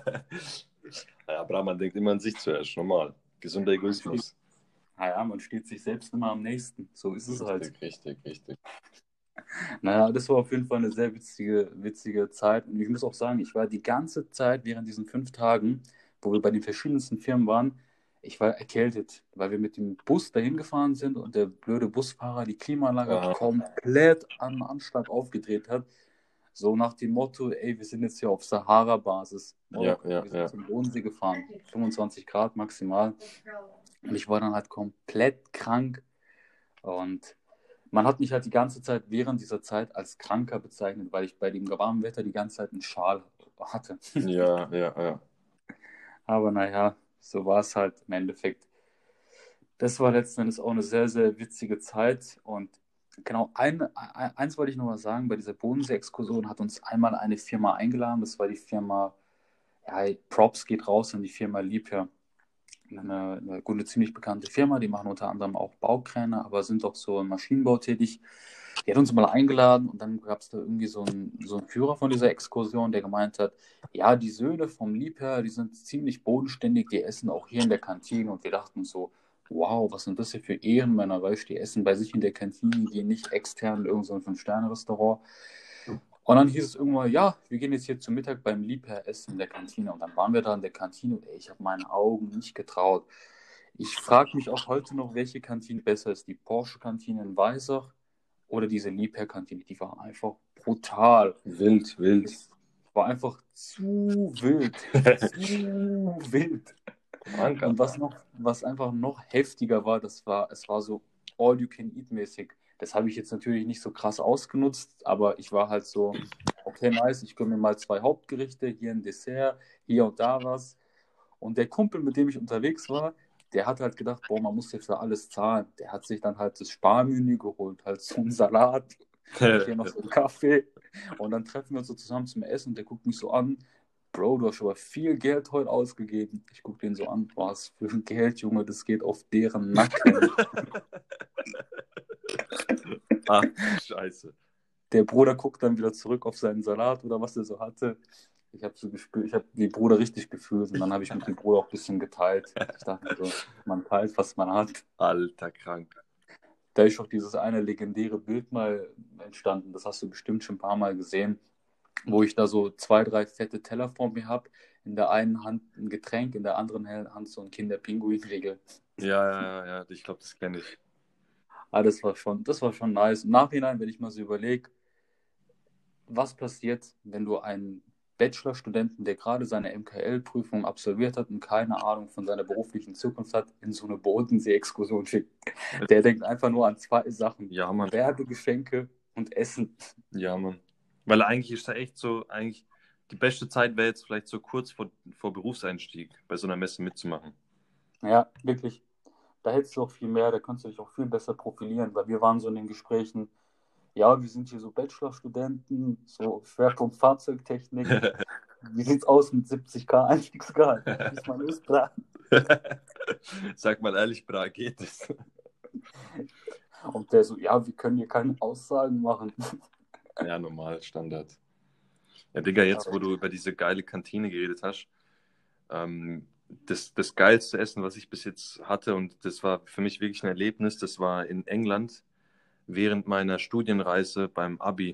Speaker 1: Ja, aber man denkt immer an sich zuerst, normal. Gesunder Egoismus.
Speaker 2: Naja, man steht sich selbst immer am nächsten. So ist es halt.
Speaker 1: Richtig, richtig, richtig.
Speaker 2: Naja, das war auf jeden Fall eine sehr witzige, witzige Zeit. Und ich muss auch sagen, ich war die ganze Zeit während diesen fünf Tagen, wo wir bei den verschiedensten Firmen waren, ich war erkältet, weil wir mit dem Bus dahin gefahren sind und der blöde Busfahrer die Klimaanlage
Speaker 1: Aha.
Speaker 2: komplett an Anschlag aufgedreht hat. So nach dem Motto, ey, wir sind jetzt hier auf Sahara-Basis. Oh,
Speaker 1: Ja, ja,
Speaker 2: wir sind
Speaker 1: ja.
Speaker 2: zum Bodensee gefahren, fünfundzwanzig Grad maximal. Und ich war dann halt komplett krank. Und man hat mich halt die ganze Zeit während dieser Zeit als Kranker bezeichnet, weil ich bei dem warmen Wetter die ganze Zeit einen Schal hatte.
Speaker 1: Ja, ja, ja.
Speaker 2: Aber naja, so war es halt im Endeffekt. Das war letzten Endes auch eine sehr, sehr witzige Zeit. Und genau, ein, ein, eins wollte ich noch mal sagen, bei dieser Bodensee-Exkursion hat uns einmal eine Firma eingeladen. Das war die Firma, ja, Props geht raus an die Firma Liebherr. eine, eine gute, ziemlich bekannte Firma, die machen unter anderem auch Baukräne, aber sind auch so im Maschinenbau tätig. Die hat uns mal eingeladen und dann gab es da irgendwie so einen, so einen Führer von dieser Exkursion, der gemeint hat, ja, die Söhne vom Liebherr, die sind ziemlich bodenständig, die essen auch hier in der Kantine und wir dachten so, wow, was sind das hier für Ehrenmänner, weißt du, die essen bei sich in der Kantine, gehen nicht extern in irgendein so ein Fünf-Sterne-Restaurant. Und dann hieß es irgendwann, ja, wir gehen jetzt hier zum Mittag beim Liebherr essen in der Kantine. Und dann waren wir da in der Kantine und ey, ich habe meinen Augen nicht getraut. Ich frage mich auch heute noch, welche Kantine besser ist. Die Porsche-Kantine in Weissach oder diese Liebherr-Kantine. Die war einfach brutal.
Speaker 1: Wild, wild.
Speaker 2: Es war einfach zu wild. Zu wild. Und was noch, was einfach noch heftiger war, das war, es war so All-You-Can-Eat-mäßig. Das habe ich jetzt natürlich nicht so krass ausgenutzt, aber ich war halt so, okay, nice, ich gönne mir mal zwei Hauptgerichte, hier ein Dessert, hier und da was. Und der Kumpel, mit dem ich unterwegs war, der hat halt gedacht, boah, man muss jetzt für alles zahlen. Der hat sich dann halt das Sparmenü geholt, halt so einen Salat, und hier noch so einen Kaffee. Und dann treffen wir uns so zusammen zum Essen und der guckt mich so an, Bro, du hast aber viel Geld heute ausgegeben. Ich gucke den so an, was für ein Geld, Junge, das geht auf deren Nacken.
Speaker 1: Ach, scheiße.
Speaker 2: Der Bruder guckt dann wieder zurück auf seinen Salat oder was er so hatte. Ich habe so gespürt, ich habe die Bruder richtig gefühlt und dann habe ich mit dem Bruder auch ein bisschen geteilt. Ich dachte mir so, man teilt, was man hat.
Speaker 1: Alter, krank.
Speaker 2: Da ist auch dieses eine legendäre Bild mal entstanden, das hast du bestimmt schon ein paar Mal gesehen, wo ich da so zwei, drei fette Teller vor mir habe. In der einen Hand ein Getränk, in der anderen Hand so ein Kinder-Pinguin-Riegel.
Speaker 1: Ja, ja, ja, ja, ich glaube, das kenne ich.
Speaker 2: Ah, das war schon, das war schon nice. Im Nachhinein, wenn ich mal so überlege, was passiert, wenn du einen Bachelorstudenten, der gerade seine M K L-Prüfung absolviert hat und keine Ahnung von seiner beruflichen Zukunft hat, in so eine Bodensee-Exkursion schickt. Der denkt einfach nur an zwei Sachen.
Speaker 1: Ja, Mann.
Speaker 2: Werbegeschenke und Essen.
Speaker 1: Ja, Mann. Weil eigentlich ist da echt so, eigentlich die beste Zeit wäre jetzt vielleicht so kurz vor, vor Berufseinstieg bei so einer Messe mitzumachen.
Speaker 2: Ja, wirklich. Da hättest du auch viel mehr, da könntest du dich auch viel besser profilieren, weil wir waren so in den Gesprächen, ja, wir sind hier so Bachelorstudenten, so Schwerpunkt Fahrzeugtechnik. Wie sieht's aus mit siebzig K Einstiegsgehalt? Ist man ist dran.
Speaker 1: Sag mal ehrlich, bra, geht es?
Speaker 2: Und der so, ja, wir können hier keine Aussagen machen.
Speaker 1: Ja, normal, Standard. Ja, Digga, jetzt, wo du über diese geile Kantine geredet hast, ähm, das, das geilste Essen, was ich bis jetzt hatte, und das war für mich wirklich ein Erlebnis, das war in England während meiner Studienreise beim Abi.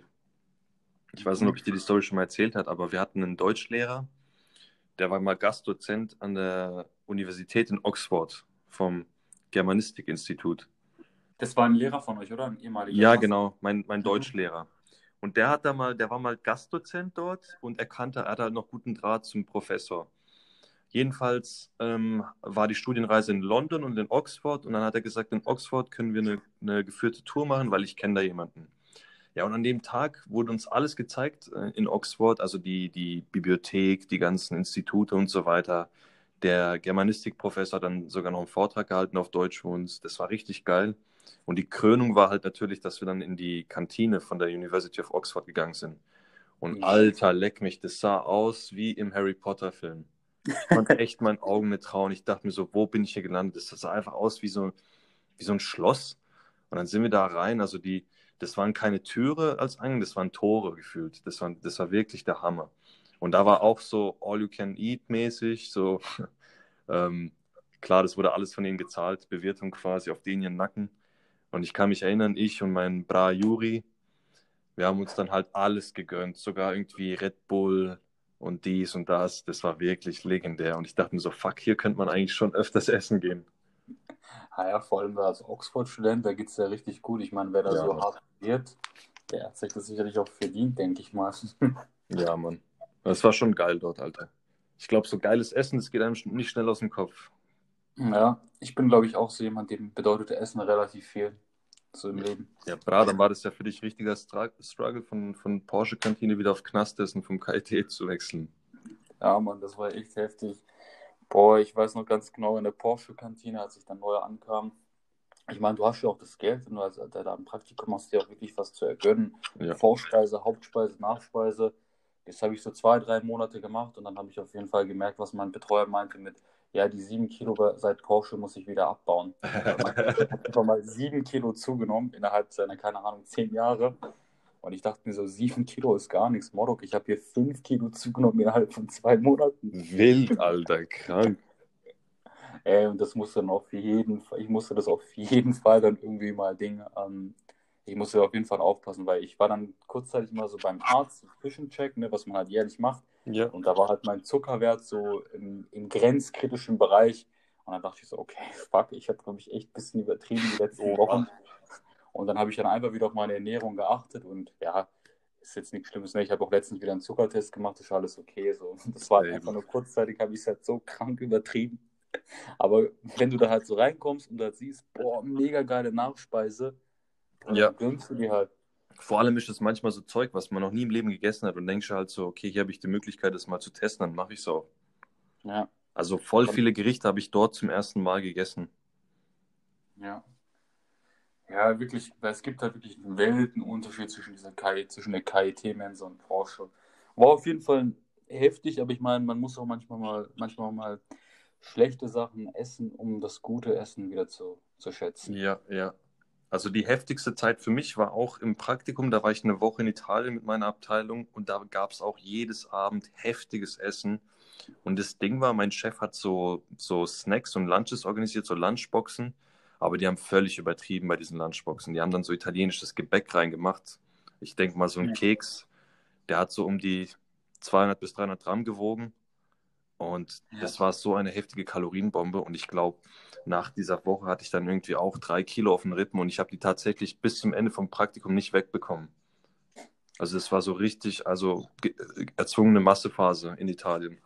Speaker 1: Ich weiß nicht, ob ich dir die Story schon mal erzählt habe, aber wir hatten einen Deutschlehrer, der war mal Gastdozent an der Universität in Oxford vom Germanistikinstitut.
Speaker 2: Das war ein Lehrer von euch, oder? Ein ehemaliger
Speaker 1: Ja,
Speaker 2: Master.
Speaker 1: genau, mein, mein
Speaker 2: Mhm.
Speaker 1: Deutschlehrer. Und der hat da mal, der war mal Gastdozent dort und er kannte, er hatte halt noch guten Draht zum Professor. Jedenfalls ähm, war die Studienreise in London und in Oxford und dann hat er gesagt, in Oxford können wir eine, eine geführte Tour machen, weil ich kenne da jemanden. Ja, und an dem Tag wurde uns alles gezeigt äh, in Oxford, also die, die Bibliothek, die ganzen Institute und so weiter. Der Germanistikprofessor hat dann sogar noch einen Vortrag gehalten auf Deutsch für uns. Das war richtig geil. Und die Krönung war halt natürlich, dass wir dann in die Kantine von der University of Oxford gegangen sind. Und
Speaker 2: Ja.
Speaker 1: Alter, leck mich, das sah aus wie im Harry Potter-Film. Ich konnte echt meinen Augen nicht trauen. Ich dachte mir so, wo bin ich hier gelandet? Das sah einfach aus wie so, wie so ein Schloss. Und dann sind wir da rein. Also die, das waren keine Türe als Eingang, das waren Tore gefühlt. Das war, das war wirklich der Hammer. Und da war auch so All-You-Can-Eat-mäßig, so ähm, klar, das wurde alles von ihnen gezahlt, Bewirtung quasi auf den ihren Nacken. Und ich kann mich erinnern, ich und mein Bra Juri, wir haben uns dann halt alles gegönnt, sogar irgendwie Red Bull und dies und das. Das war wirklich legendär. Und ich dachte mir so, fuck, hier könnte man eigentlich schon öfters essen gehen.
Speaker 2: Ah ja, vor allem als Oxford-Student, da geht es ja richtig gut. Ich meine, wer da
Speaker 1: Ja,
Speaker 2: so
Speaker 1: Mann.
Speaker 2: hart wird, der hat sich das sicherlich auch verdient, denke ich mal.
Speaker 1: Ja, Mann. Das war schon geil dort, Alter. Ich glaube, so geiles Essen, das geht einem nicht schnell aus dem Kopf.
Speaker 2: Ja, ich bin, glaube ich, auch so jemand, dem bedeutet Essen relativ viel, so im Leben.
Speaker 1: Ja, Bra, dann war das ja für dich richtiger Stra- Struggle, von, von Porsche-Kantine wieder auf Knastessen vom K I T zu wechseln.
Speaker 2: Ja, Mann, das war echt heftig. Boah, ich weiß noch ganz genau, in der Porsche-Kantine, als ich dann neu ankam. Ich meine, du hast ja auch das Geld, wenn du als der da im Praktikum hast, dir auch wirklich was zu ergönnen.
Speaker 1: Ja.
Speaker 2: Vorspeise, Hauptspeise, Nachspeise. Das habe ich so zwei, drei Monate gemacht und dann habe ich auf jeden Fall gemerkt, was mein Betreuer meinte mit, ja, die sieben Kilo bei- seit Porsche muss ich wieder abbauen. Weil mein Bruder hat einfach mal sieben Kilo zugenommen innerhalb seiner, keine Ahnung, zehn Jahre. Und ich dachte mir so, sieben Kilo ist gar nichts. Morok, ich habe hier fünf Kilo zugenommen innerhalb von zwei Monaten.
Speaker 1: Wild, Alter, krank.
Speaker 2: Ey, und das musste dann auf jeden Fall, ich musste das auf jeden Fall dann irgendwie mal Ding, ähm, ich musste auf jeden Fall aufpassen, weil ich war dann kurzzeitig mal so beim Arzt, Zwischencheck, ne, was man halt jährlich macht.
Speaker 1: Ja.
Speaker 2: Und da war halt mein Zuckerwert so im, im grenzkritischen Bereich. Und dann dachte ich so, okay, fuck, ich habe, glaube ich, echt ein bisschen übertrieben die letzten
Speaker 1: Oha.
Speaker 2: Wochen. Und dann habe ich dann einfach wieder auf meine Ernährung geachtet und ja, ist jetzt nichts Schlimmes. Ne? Ich habe auch letztens wieder einen Zuckertest gemacht, ist alles okay. So. Das war halt
Speaker 1: Eben.
Speaker 2: einfach nur kurzzeitig, habe ich es halt so krank übertrieben. Aber wenn du da halt so reinkommst und da siehst, boah, mega geile Nachspeise, boah,
Speaker 1: Ja.
Speaker 2: dann gönnst du dir halt.
Speaker 1: Vor allem ist es manchmal so Zeug, was man noch nie im Leben gegessen hat und denkst halt so, okay, hier habe ich die Möglichkeit, das mal zu testen, dann mache ich es auch.
Speaker 2: Ja,
Speaker 1: Also voll viele Gerichte habe ich dort zum ersten Mal gegessen.
Speaker 2: ja. Ja, wirklich, weil es gibt halt wirklich einen Weltenunterschied zwischen dieser K I, zwischen der K I T-Mensa und Porsche. War auf jeden Fall heftig, aber ich meine, man muss auch manchmal mal, manchmal mal schlechte Sachen essen, um das gute Essen wieder zu, zu schätzen.
Speaker 1: Ja, ja. Also die heftigste Zeit für mich war auch im Praktikum. Da war ich eine Woche in Italien mit meiner Abteilung und da gab es auch jedes Abend heftiges Essen. Und das Ding war, mein Chef hat so, so Snacks und Lunches organisiert, so Lunchboxen. Aber die haben völlig übertrieben bei diesen Lunchboxen. Die haben dann so italienisches Gebäck reingemacht. Ich denke mal, so ein
Speaker 2: Ja.
Speaker 1: Keks, der hat so um die zweihundert bis dreihundert Gramm gewogen. Und
Speaker 2: Ja.
Speaker 1: das war so eine heftige Kalorienbombe. Und ich glaube, nach dieser Woche hatte ich dann irgendwie auch drei Kilo auf den Rippen. Und ich habe die tatsächlich bis zum Ende vom Praktikum nicht wegbekommen. Also das war so richtig, also ge- erzwungene Massephase in Italien.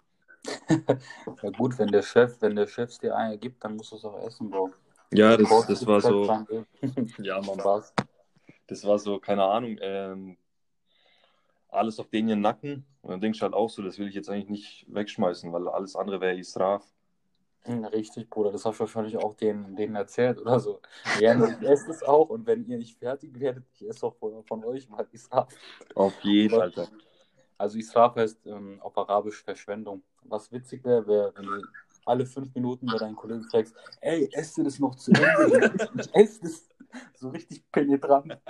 Speaker 2: Ja gut, wenn der Chef, wenn der Chef es dir eine gibt, dann musst du es auch essen, Bro.
Speaker 1: Ja,
Speaker 2: Der
Speaker 1: das,
Speaker 2: Coach
Speaker 1: das
Speaker 2: gibt
Speaker 1: war
Speaker 2: Chef
Speaker 1: so,
Speaker 2: dran, ey.
Speaker 1: ja, Mann,
Speaker 2: Spaß.
Speaker 1: das war so, keine Ahnung, ähm, alles auf den ihren Nacken. Und dann denkst du halt auch so, das will ich jetzt eigentlich nicht wegschmeißen, weil alles andere wäre Israf.
Speaker 2: Hm, richtig, Bruder, das hast du wahrscheinlich auch denen, denen erzählt oder so. Ja, ich esse es auch und wenn ihr nicht fertig werdet, ich esse auch von, von euch mal Israf.
Speaker 1: Auf jeden,
Speaker 2: Aber-
Speaker 1: Alter.
Speaker 2: Also Israf heißt ähm, auf Arabisch Verschwendung. Was witzig wäre, wäre, wenn du alle fünf Minuten bei deinen Kollegen fragst, ey, esst du das noch zu Ende? Ich, ich esse das so richtig penetrant.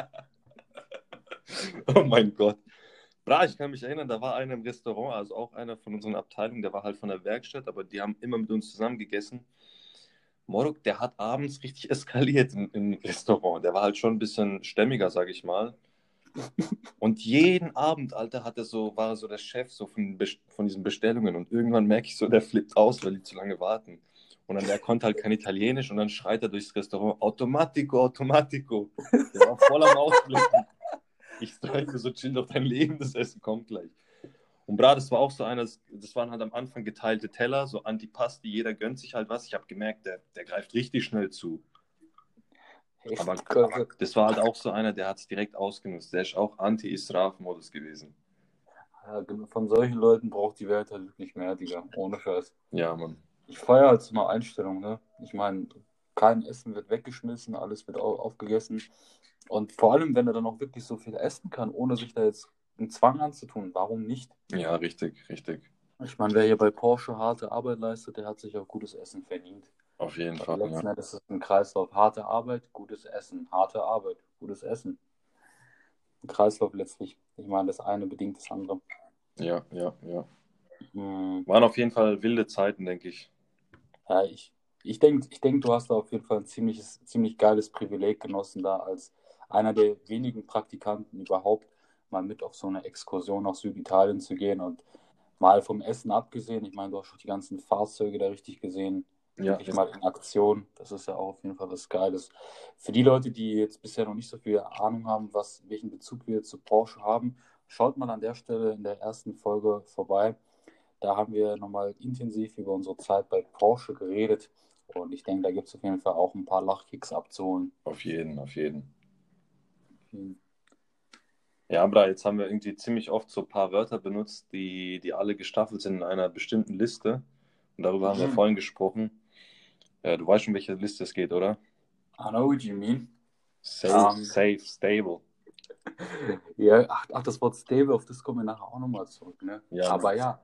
Speaker 1: Oh mein Gott. Bra, ich kann mich erinnern, da war einer im Restaurant, also auch einer von unseren Abteilungen, der war halt von der Werkstatt, aber die haben immer mit uns zusammen gegessen. Moruk, der hat abends richtig eskaliert im, im Restaurant. Der war halt schon ein bisschen stämmiger, sag ich mal. Und jeden Abend, Alter, hat er so, war er so der Chef so von, Best- von diesen Bestellungen. Und irgendwann merke ich so, der flippt aus, weil die zu lange warten. Und dann der konnte halt kein Italienisch und dann schreit er durchs Restaurant, Automatico, Automatico. Der war voll am Ausflippen. Ich sage mir so, chill doch dein Leben, das Essen kommt gleich. Und bra, das war auch so einer, das das waren halt am Anfang geteilte Teller, so Antipasti, jeder gönnt sich halt was. Ich habe gemerkt, der, der greift richtig schnell zu. Aber, aber das war halt auch so einer, der hat es direkt ausgenutzt. Der ist auch Anti-Israf-Modus gewesen.
Speaker 2: Ja, von solchen Leuten braucht die Welt halt wirklich mehr, Digga. Ohne Scheiß.
Speaker 1: Ja, Mann.
Speaker 2: Ich feiere halt so eine Einstellung, ne? Ich meine, kein Essen wird weggeschmissen, alles wird au- aufgegessen. Und vor allem, wenn er dann auch wirklich so viel essen kann, ohne sich da jetzt einen Zwang anzutun, warum nicht?
Speaker 1: Ja, richtig, richtig.
Speaker 2: Ich meine, wer hier bei Porsche harte Arbeit leistet, der hat sich auch gutes Essen verdient.
Speaker 1: Auf jeden
Speaker 2: Weil
Speaker 1: Fall,
Speaker 2: letzten
Speaker 1: ja.
Speaker 2: Endes ist es ein Kreislauf. Harte Arbeit, gutes Essen. Harte Arbeit, gutes Essen. Ein Kreislauf letztlich. Ich meine, das eine bedingt das andere.
Speaker 1: Ja, ja, ja.
Speaker 2: Hm.
Speaker 1: Waren auf jeden Fall wilde Zeiten, denke ich.
Speaker 2: Ja, ich, ich denke, ich denk, du hast da auf jeden Fall ein ziemliches, ziemlich geiles Privileg genossen, da als einer der wenigen Praktikanten überhaupt mal mit auf so eine Exkursion nach Süditalien zu gehen und mal vom Essen abgesehen. Ich meine, du hast schon die ganzen Fahrzeuge da richtig gesehen,
Speaker 1: Ja,
Speaker 2: wirklich mal in Aktion. Das ist ja auch auf jeden Fall was Geiles. Für die Leute, die jetzt bisher noch nicht so viel Ahnung haben, was, welchen Bezug wir zu Porsche haben, schaut mal an der Stelle in der ersten Folge vorbei. Da haben wir nochmal intensiv über unsere Zeit bei Porsche geredet. Und ich denke, da gibt es auf jeden Fall auch ein paar Lachkicks abzuholen.
Speaker 1: auf jeden, auf jeden.
Speaker 2: Hm.
Speaker 1: Ja, Bra, jetzt haben wir irgendwie ziemlich oft so ein paar Wörter benutzt, die, die alle gestaffelt sind in einer bestimmten Liste. Und darüber haben wir
Speaker 2: Mhm.
Speaker 1: vorhin gesprochen. Äh, du weißt schon, welche Liste es geht, oder?
Speaker 2: I know what you mean.
Speaker 1: Safe,
Speaker 2: Ähm,
Speaker 1: safe, stable.
Speaker 2: Ja, ach, ach, das Wort stable, auf das kommen wir nachher auch nochmal zurück. Ne?
Speaker 1: Ja,
Speaker 2: Aber
Speaker 1: Mann.
Speaker 2: ja,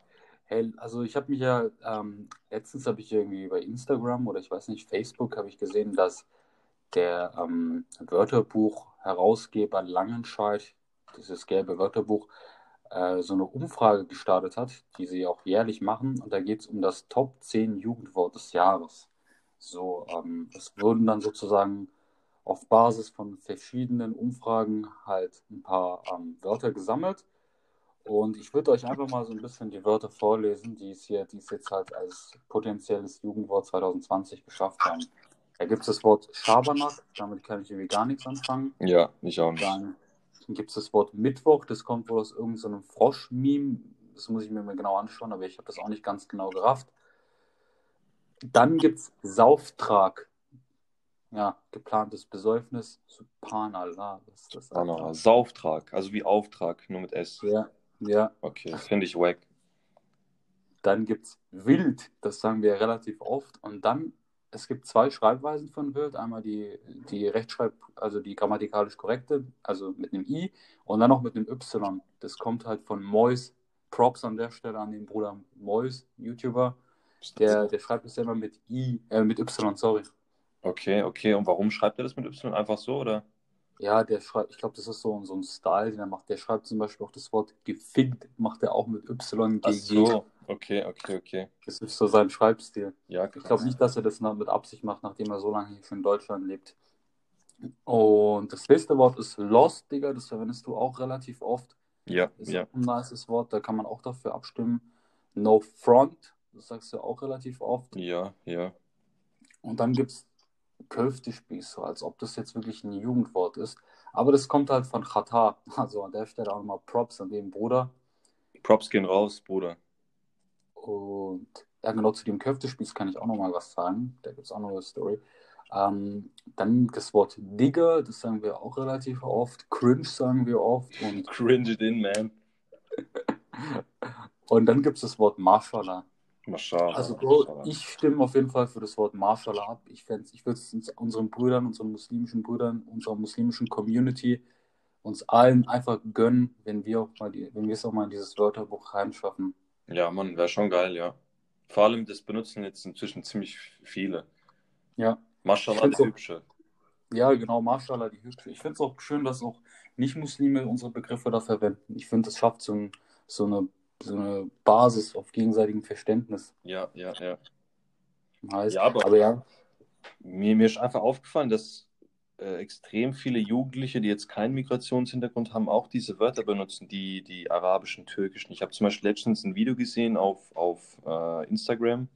Speaker 2: Hey, also ich habe mich ja, ähm, letztens habe ich irgendwie bei Instagram oder ich weiß nicht, Facebook habe ich gesehen, dass der ähm, Wörterbuch-Herausgeber Langenscheidt, dieses gelbe Wörterbuch, äh, so eine Umfrage gestartet hat, die sie auch jährlich machen. Und da geht es um das Top zehn Jugendwort des Jahres. So, ähm, es wurden dann sozusagen auf Basis von verschiedenen Umfragen halt ein paar ähm, Wörter gesammelt. Und ich würde euch einfach mal so ein bisschen die Wörter vorlesen, die es hier, die es jetzt halt als potenzielles Jugendwort zwanzig zwanzig geschafft haben. Da gibt es das Wort Schabernack, damit kann ich irgendwie gar nichts anfangen.
Speaker 1: Ja, ich auch nicht.
Speaker 2: Dann gibt es das Wort Mittwoch, das kommt wohl aus irgendeinem so Frosch-Meme. Das muss ich mir mal genau anschauen, aber ich habe das auch nicht ganz genau gerafft. Dann gibt es Sauftrag. Ja, geplantes Besäufnis. Subhanallah, was ist das,
Speaker 1: Ah, na,
Speaker 2: Alter?
Speaker 1: Sauftrag, also wie Auftrag, nur mit S.
Speaker 2: Ja, ja.
Speaker 1: Okay, finde ich wack.
Speaker 2: Dann gibt es wild, das sagen wir relativ oft. Und dann, es gibt zwei Schreibweisen von wild. Einmal die, die Rechtschreib, also die grammatikalisch korrekte, also mit einem I und dann noch mit einem Y. Das kommt halt von Mois. Props an der Stelle an den Bruder Mois, YouTuber. Der, der schreibt es ja immer mit I, äh, mit Y, sorry.
Speaker 1: Okay, okay. Und warum schreibt er das mit Y? Einfach so, oder?
Speaker 2: Ja, der schreibt, ich glaube, das ist so, so ein Style, den er macht. Der schreibt zum Beispiel auch das Wort gefickt, macht er auch mit Y,
Speaker 1: Ach
Speaker 2: G G.
Speaker 1: so, okay, okay, okay.
Speaker 2: Das ist so sein Schreibstil.
Speaker 1: Ja,
Speaker 2: Ich
Speaker 1: krass.
Speaker 2: glaube nicht, dass er das mit Absicht macht, nachdem er so lange hier schon in Deutschland lebt. Und das nächste Wort ist Lost, Digga. Das verwendest du auch relativ oft.
Speaker 1: Ja,
Speaker 2: Ist
Speaker 1: ja.
Speaker 2: auch ein nices Wort, da kann man auch dafür abstimmen. No Front, das sagst du auch relativ oft.
Speaker 1: Ja, ja.
Speaker 2: Und dann gibt es Köftespieß, so als ob das jetzt wirklich ein Jugendwort ist. Aber das kommt halt von Chata. Also an der Stelle auch nochmal Props an den Bruder.
Speaker 1: Props gehen raus, Bruder.
Speaker 2: Und ja, genau zu dem Köftespieß kann ich auch nochmal was sagen. Da gibt es auch noch eine Story. Ähm, dann das Wort Digger, das sagen wir auch relativ oft. Cringe sagen wir oft. Und,
Speaker 1: Cringe it in, man.
Speaker 2: und dann gibt es das Wort Mashallah.
Speaker 1: Mashallah,
Speaker 2: Also, Bro,
Speaker 1: Mashallah.
Speaker 2: ich stimme auf jeden Fall für das Wort Mashallah ab. Ich, fänd's- ich würde es uns- unseren Brüdern, unseren muslimischen Brüdern, unserer muslimischen Community, uns allen einfach gönnen, wenn wir auch mal die, wenn wir es auch mal in dieses Wörterbuch reinschaffen.
Speaker 1: Ja, Mann, wäre schon geil, ja. Vor allem, das benutzen jetzt inzwischen ziemlich viele.
Speaker 2: Ja. Ich
Speaker 1: Mashallah,
Speaker 2: find's
Speaker 1: der
Speaker 2: auch,
Speaker 1: Hübsche.
Speaker 2: ja, genau, Mashallah, die hübsche. Ich finde es auch schön, dass auch Nicht-Muslime unsere Begriffe da verwenden. Ich finde, das schafft so, ein, so, eine, so eine Basis auf gegenseitigem Verständnis.
Speaker 1: Ja, ja, ja.
Speaker 2: Heißt,
Speaker 1: Ja, aber
Speaker 2: aber ja,
Speaker 1: mir, mir ist einfach aufgefallen, dass äh, extrem viele Jugendliche, die jetzt keinen Migrationshintergrund haben, auch diese Wörter benutzen, die, die arabischen, türkischen. Ich habe zum Beispiel letztens ein Video gesehen auf, auf äh, Instagram.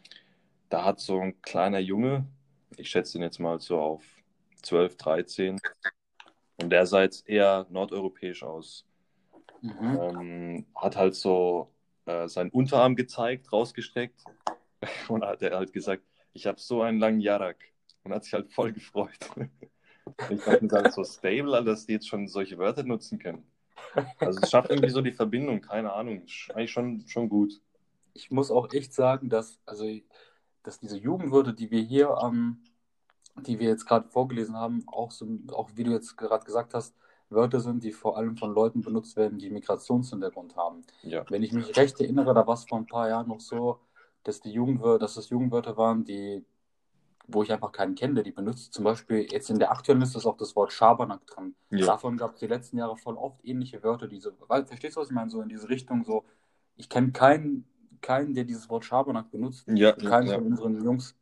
Speaker 1: Da hat so ein kleiner Junge, ich schätze ihn jetzt mal so auf zwölf, dreizehn, und der sah jetzt eher nordeuropäisch aus.
Speaker 2: mhm.
Speaker 1: Ähm, hat halt so äh, seinen Unterarm gezeigt, rausgestreckt, und hat er halt gesagt, ich habe so einen langen Jarak, und hat sich halt voll gefreut. Ich dachte mir dann so stable, dass die jetzt schon solche Wörter nutzen können. Also es schafft irgendwie so die Verbindung, keine Ahnung. Ist eigentlich schon, schon gut.
Speaker 2: Ich muss auch echt sagen, dass, also, dass diese Jugendwörter, die wir hier, ähm, die wir jetzt gerade vorgelesen haben, auch so, auch wie du jetzt gerade gesagt hast, Wörter sind, die vor allem von Leuten benutzt werden, die Migrationshintergrund haben.
Speaker 1: Ja.
Speaker 2: Wenn ich mich recht erinnere, da war es vor ein paar Jahren noch so, dass die Jugendwörter, dass das Jugendwörter waren, die, wo ich einfach keinen kenne, der die benutzt. Zum Beispiel jetzt in der aktuellen Liste ist auch das Wort Schabernack dran.
Speaker 1: Ja.
Speaker 2: Davon gab es die letzten Jahre voll oft ähnliche Wörter, die so, weil, verstehst du, was ich meine? So in diese Richtung, so, ich kenne keinen, keinen, der dieses Wort Schabernack benutzt.
Speaker 1: Ja,
Speaker 2: Keinen
Speaker 1: ja.
Speaker 2: von unseren Jungs.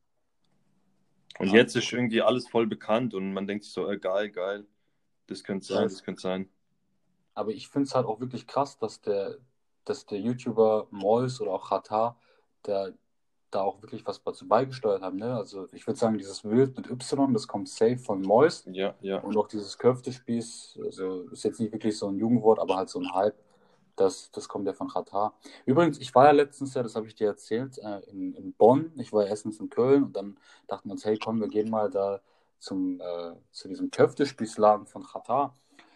Speaker 1: Und
Speaker 2: Ja.
Speaker 1: jetzt ist irgendwie alles voll bekannt und man denkt sich so, äh, geil, geil. Das könnte sein,
Speaker 2: Yes.
Speaker 1: das könnte sein.
Speaker 2: Aber ich finde es halt auch wirklich krass, dass der, dass der YouTuber Mois oder auch Xatar, der da auch wirklich was dazu beigesteuert haben. Ne? Also ich würde sagen, dieses Wild mit Y, das kommt safe von Mois.
Speaker 1: Ja, ja.
Speaker 2: Und auch dieses Köftespieß, also ist jetzt nicht wirklich so ein Jugendwort, aber halt so ein Hype, das, das kommt ja von Xatar. Übrigens, ich war ja letztens, ja, das habe ich dir erzählt, äh, in, in Bonn. Ich war erstens in Köln und dann dachten wir uns, hey, komm, wir gehen mal da zum, äh, zu diesem Köftespießladen von Xatar.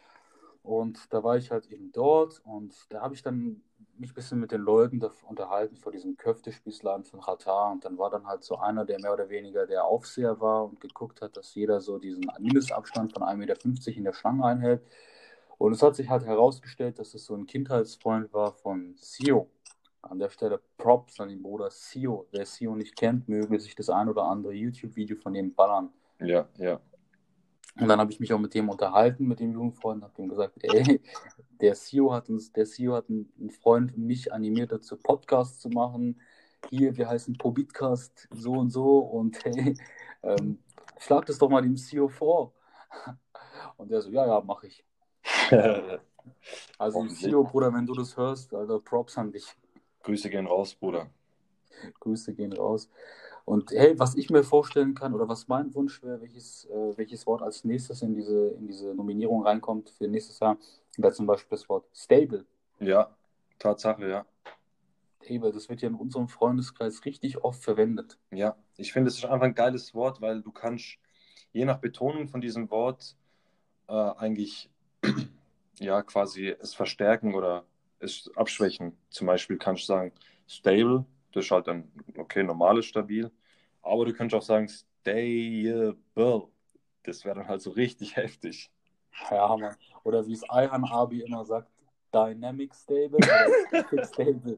Speaker 2: Und da war ich halt eben dort und da habe ich dann mich ein bisschen mit den Leuten da unterhalten vor diesem Köftespießladen von Qatar. Und dann war dann halt so einer, der mehr oder weniger der Aufseher war und geguckt hat, dass jeder so diesen Mindestabstand von ein Meter fünfzig in der Schlange einhält. Und es hat sich halt herausgestellt, dass es so ein Kindheitsfreund war von Sio. An der Stelle Props an den Bruder Sio. Wer Sio nicht kennt, möge sich das ein oder andere YouTube-Video von dem ballern.
Speaker 1: Ja, ja.
Speaker 2: Und dann habe ich mich auch mit dem unterhalten, mit dem Jugendfreund, habe ihm gesagt, ey, der Sio hat uns, der Sio hat einen Freund mich animiert dazu, Podcasts zu machen. Hier, wir heißen Pobitcast, so und so. Und hey, ähm, schlag das doch mal dem Sio vor. Und der so, ja, ja, mache ich. Also Sio, Bruder, wenn du das hörst, Alter, Props an dich.
Speaker 1: Grüße gehen raus, Bruder.
Speaker 2: Grüße gehen raus. Und hey, was ich mir vorstellen kann oder was mein Wunsch wäre, welches, äh, welches Wort als nächstes in diese, in diese Nominierung reinkommt für nächstes Jahr, wäre zum Beispiel das Wort Stable.
Speaker 1: Ja, Tatsache, ja.
Speaker 2: Stable, das wird ja in unserem Freundeskreis richtig oft verwendet.
Speaker 1: Ja, ich finde, es ist einfach ein geiles Wort, weil du kannst je nach Betonung von diesem Wort äh, eigentlich ja quasi es verstärken oder es abschwächen. Zum Beispiel kannst du sagen, stable, das ist halt dann, okay, normales, stabil. Aber du kannst auch sagen, stable. Das wäre dann halt so richtig heftig.
Speaker 2: Ja, Mann. Oder wie es Ayhan Abi immer sagt, Dynamic Stable oder Static Stable.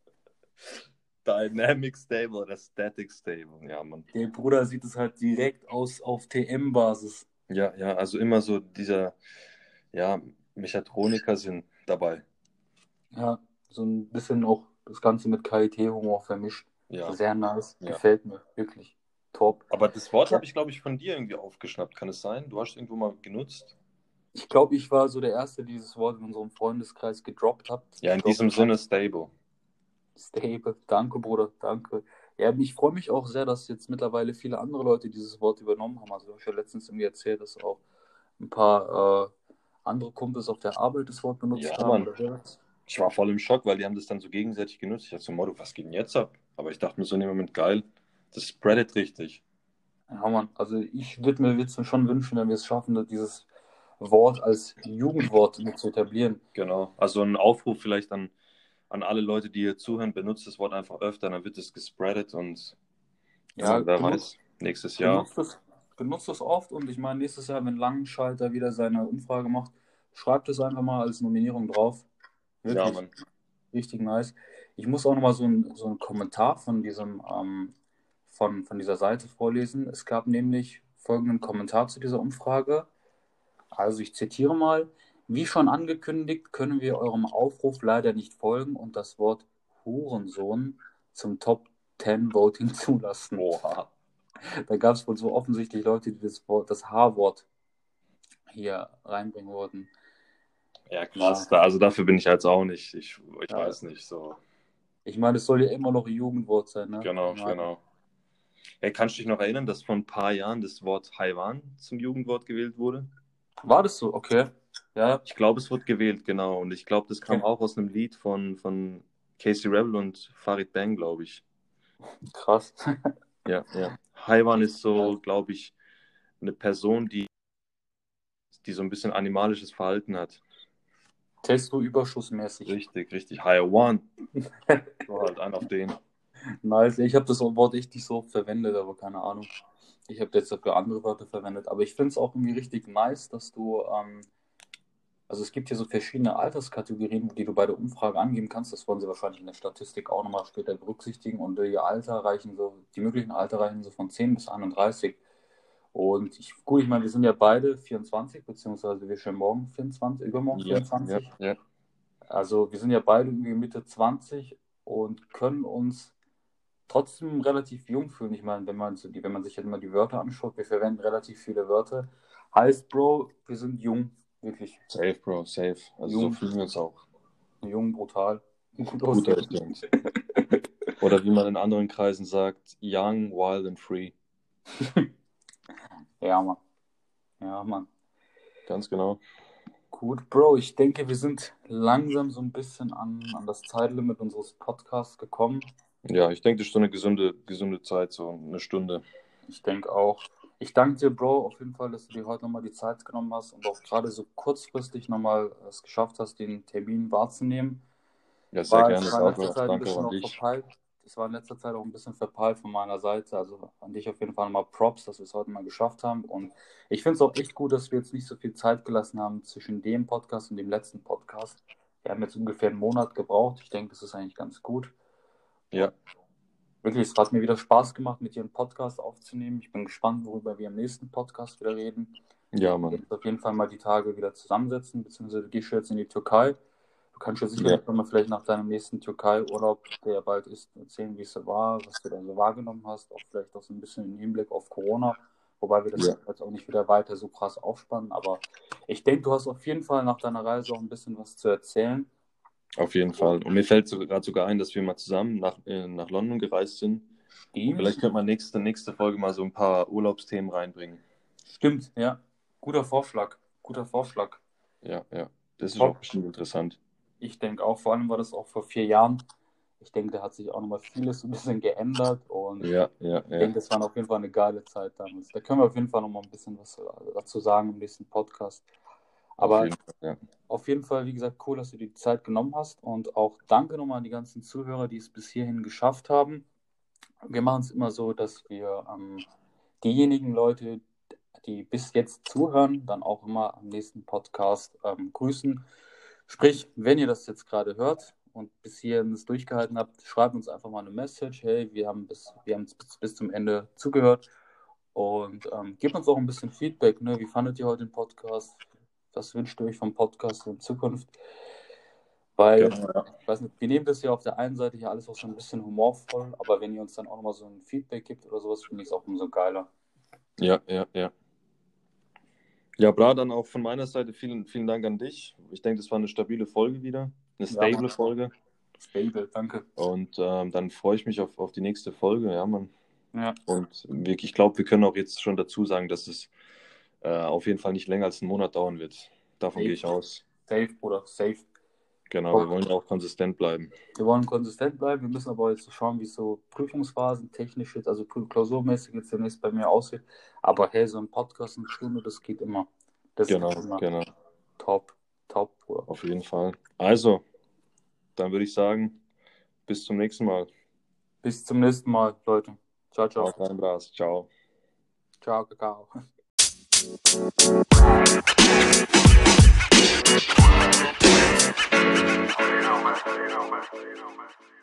Speaker 1: Dynamic Stable oder Static Stable, ja, Mann.
Speaker 2: Der Bruder sieht es halt direkt aus auf T M-Basis.
Speaker 1: Ja, ja, also immer so dieser, ja, Mechatroniker sind dabei.
Speaker 2: Ja, so ein bisschen auch das Ganze mit K I T-Humor vermischt.
Speaker 1: Ja.
Speaker 2: Sehr nice,
Speaker 1: Ja.
Speaker 2: gefällt mir, wirklich top.
Speaker 1: Aber das Wort
Speaker 2: Ja.
Speaker 1: habe ich, glaube ich, von dir irgendwie aufgeschnappt. Kann es sein? Du hast es irgendwo mal genutzt?
Speaker 2: Ich glaube, ich war so der Erste, der dieses Wort in unserem Freundeskreis gedroppt hat.
Speaker 1: Ja, in
Speaker 2: Gedroppt
Speaker 1: diesem
Speaker 2: hat.
Speaker 1: Sinne stable.
Speaker 2: Stable, danke Bruder, danke. Ja, ich freue mich auch sehr, dass jetzt mittlerweile viele andere Leute dieses Wort übernommen haben. Also ich habe ja letztens irgendwie erzählt, dass auch ein paar äh, andere Kumpels auf der Arbeit das Wort benutzt
Speaker 1: Ja,
Speaker 2: haben.
Speaker 1: Mann.
Speaker 2: Oder sowas.
Speaker 1: Ich war voll im Schock, weil die haben das dann so gegenseitig genutzt. Ich dachte so, Motto, was geht denn jetzt ab? Aber ich dachte mir so in dem Moment, geil, das spreadet richtig.
Speaker 2: Ja, Mann, also ich würde mir jetzt schon wünschen, wenn wir es schaffen, dieses Wort als Jugendwort mit zu etablieren.
Speaker 1: Genau. Also ein Aufruf vielleicht an, an alle Leute, die hier zuhören, benutzt das Wort einfach öfter, dann wird es gespreadet und
Speaker 2: Ja,
Speaker 1: ja, wer
Speaker 2: benutzt,
Speaker 1: weiß, nächstes Jahr.
Speaker 2: benutzt es, benutzt es oft und ich meine, nächstes Jahr, wenn Langenschalter wieder seine Umfrage macht, schreibt es einfach mal als Nominierung drauf.
Speaker 1: Ja,
Speaker 2: Wirklich
Speaker 1: Mann.
Speaker 2: richtig nice. Ich muss auch nochmal so, ein, so einen Kommentar von diesem, ähm, von, von dieser Seite vorlesen. Es gab nämlich folgenden Kommentar zu dieser Umfrage. Also ich zitiere mal. Wie schon angekündigt, können wir eurem Aufruf leider nicht folgen und das Wort Hurensohn zum Top zehn Voting zulassen.
Speaker 1: Oha.
Speaker 2: Da gab es wohl so offensichtlich Leute, die das Wort, das H-Wort hier reinbringen wollten.
Speaker 1: Ja, krass. Da, also dafür bin ich jetzt auch nicht. Ich, ich
Speaker 2: Ja.
Speaker 1: weiß nicht so.
Speaker 2: Ich meine, es soll ja immer noch ein Jugendwort sein, ne?
Speaker 1: Genau,
Speaker 2: Ich meine,
Speaker 1: genau. Hey, kannst du dich noch erinnern, dass vor ein paar Jahren das Wort Taiwan zum Jugendwort gewählt wurde?
Speaker 2: war das so? Okay. Ja.
Speaker 1: Ich glaube, es wurde gewählt, genau. Und ich glaube, das kam
Speaker 2: Okay.
Speaker 1: auch aus einem Lied von, von Casey Rebel und Farid Bang, glaube ich.
Speaker 2: Krass.
Speaker 1: Ja, ja. Haiwan ist so,
Speaker 2: Ja.
Speaker 1: glaube ich, eine Person, die, die so ein bisschen animalisches Verhalten hat.
Speaker 2: Testo-überschussmäßig.
Speaker 1: Richtig, richtig. Haiwan. So halt ein auf den.
Speaker 2: Nice. Ich habe das Wort echt nicht so oft verwendet, aber keine Ahnung. Ich habe jetzt dafür andere Wörter verwendet. Aber ich finde es auch irgendwie richtig nice, dass du, ähm, also es gibt hier so verschiedene Alterskategorien, die du bei der Umfrage angeben kannst. Das wollen sie wahrscheinlich in der Statistik auch nochmal später berücksichtigen. Und die Alter reichen so, die möglichen Alter reichen so von zehn bis einunddreißig. Und ich, gut, ich meine, wir sind ja beide vierundzwanzig, beziehungsweise wir schon morgen vierundzwanzig, übermorgen
Speaker 1: Ja,
Speaker 2: vierundzwanzig.
Speaker 1: ja, ja.
Speaker 2: Also wir sind ja beide irgendwie Mitte zwanzig und können uns trotzdem relativ jung fühlen. Ich meine, wenn man, so die, wenn man sich jetzt mal die Wörter anschaut, wir verwenden relativ viele Wörter. Heißt, Bro, wir sind jung, wirklich.
Speaker 1: Safe, Bro, safe. Also
Speaker 2: Jung.
Speaker 1: so fühlen wir uns auch.
Speaker 2: Jung, brutal. Gut
Speaker 1: Gut
Speaker 2: aussehen.
Speaker 1: aussehend. Oder wie man in anderen Kreisen sagt, young, wild and free.
Speaker 2: Ja, Mann. Ja, Mann.
Speaker 1: Ganz genau.
Speaker 2: Gut, Bro, ich denke, wir sind langsam so ein bisschen an, an das Zeitlimit unseres Podcasts gekommen.
Speaker 1: Ja, ich denke, das ist so eine gesunde, gesunde Zeit, so eine Stunde.
Speaker 2: Ich denke auch. Ich danke dir, Bro, auf jeden Fall, dass du dir heute nochmal die Zeit genommen hast und auch gerade so kurzfristig nochmal es geschafft hast, den Termin wahrzunehmen.
Speaker 1: Ja, sehr
Speaker 2: War,
Speaker 1: gerne.
Speaker 2: es war in letzter
Speaker 1: Danke,
Speaker 2: Zeit ein
Speaker 1: danke
Speaker 2: bisschen
Speaker 1: an
Speaker 2: auch
Speaker 1: dich.
Speaker 2: verpeilt. Es war in letzter Zeit auch ein bisschen verpeilt von meiner Seite. Also an dich auf jeden Fall nochmal Props, dass wir es heute mal geschafft haben. Und ich finde es auch echt gut, dass wir jetzt nicht so viel Zeit gelassen haben zwischen dem Podcast und dem letzten Podcast. Wir haben jetzt ungefähr einen Monat gebraucht. Ich denke, das ist eigentlich ganz gut.
Speaker 1: Ja.
Speaker 2: Wirklich, es hat mir wieder Spaß gemacht, mit dir einen Podcast aufzunehmen. Ich bin gespannt, worüber wir im nächsten Podcast wieder reden.
Speaker 1: Ja,
Speaker 2: Wir
Speaker 1: Mann.
Speaker 2: werden uns auf jeden Fall mal die Tage wieder zusammensetzen, beziehungsweise du gehst jetzt in die Türkei. Du kannst ja sicherlich
Speaker 1: Ja.
Speaker 2: mal vielleicht nach deinem nächsten Türkei-Urlaub, der ja bald ist, erzählen, wie es so war, was du da so wahrgenommen hast, auch vielleicht auch so ein bisschen im Hinblick auf Corona, wobei wir das
Speaker 1: Ja.
Speaker 2: jetzt auch nicht wieder weiter so krass aufspannen. Aber ich denke, du hast auf jeden Fall nach deiner Reise auch ein bisschen was zu erzählen.
Speaker 1: Auf jeden Fall. Und mir fällt so, gerade sogar ein, dass wir mal zusammen nach, äh, nach London gereist sind.
Speaker 2: Die?
Speaker 1: Vielleicht könnte man nächste, nächste Folge mal so ein paar Urlaubsthemen reinbringen.
Speaker 2: Stimmt, ja. Guter Vorschlag. Guter Vorschlag.
Speaker 1: Ja, ja. Das ist
Speaker 2: Top.
Speaker 1: auch bestimmt interessant.
Speaker 2: Ich denke auch, vor allem war das auch vor vier Jahren. Ich denke, da hat sich auch nochmal vieles ein bisschen geändert und
Speaker 1: Ja, ja,
Speaker 2: ich
Speaker 1: ja.
Speaker 2: denke, das war auf jeden Fall eine geile Zeit damals. Da können wir auf jeden Fall nochmal ein bisschen was dazu sagen im nächsten Podcast.
Speaker 1: Auf
Speaker 2: Aber
Speaker 1: jeden Fall, ja.
Speaker 2: auf jeden Fall, wie gesagt, cool, dass du dir die Zeit genommen hast und auch danke nochmal an die ganzen Zuhörer, die es bis hierhin geschafft haben. Wir machen es immer so, dass wir ähm, diejenigen Leute, die bis jetzt zuhören, dann auch immer am nächsten Podcast ähm, grüßen. Sprich, wenn ihr das jetzt gerade hört und bis hierhin es durchgehalten habt, schreibt uns einfach mal eine Message. Hey, wir haben bis, wir haben bis, bis zum Ende zugehört und ähm, gebt uns auch ein bisschen Feedback. Ne? Wie fandet ihr heute den Podcast? Was wünscht ihr euch vom Podcast in Zukunft? Weil,
Speaker 1: Genau, ja.
Speaker 2: ich weiß nicht, wir nehmen das ja auf der einen Seite hier alles auch so ein bisschen humorvoll, aber wenn ihr uns dann auch nochmal so ein Feedback gibt oder sowas, finde ich es auch umso geiler.
Speaker 1: Ja, ja, ja. Ja, Bra, dann auch von meiner Seite vielen, vielen Dank an dich. Ich denke, das war eine stabile Folge wieder. Eine
Speaker 2: Ja, Mann.
Speaker 1: stable Folge.
Speaker 2: Stable, danke.
Speaker 1: Und ähm, dann freue ich mich auf, auf die nächste Folge. Ja, Mann.
Speaker 2: Ja,
Speaker 1: Und wir, ich glaube, wir können auch jetzt schon dazu sagen, dass es äh, auf jeden Fall nicht länger als einen Monat dauern wird. Davon
Speaker 2: Safe.
Speaker 1: gehe ich aus.
Speaker 2: safe, Bruder, safe.
Speaker 1: Genau, wir wollen ja auch konsistent bleiben.
Speaker 2: Wir wollen konsistent bleiben, wir müssen aber jetzt schauen, wie es so Prüfungsphasen technisch jetzt, also prü- klausurmäßig jetzt demnächst bei mir aussieht. Aber hey, so ein Podcast, eine Stunde, das geht immer. Das
Speaker 1: Genau,
Speaker 2: geht immer.
Speaker 1: genau.
Speaker 2: Top, top, Bruder.
Speaker 1: Auf jeden Fall. Also, dann würde ich sagen, bis zum nächsten Mal.
Speaker 2: Bis zum nächsten Mal, Leute. Ciao, ciao.
Speaker 1: Haut rein, Bras. Ciao.
Speaker 2: Ciao, Kakao.
Speaker 3: You know, man. You know, man. You know, man.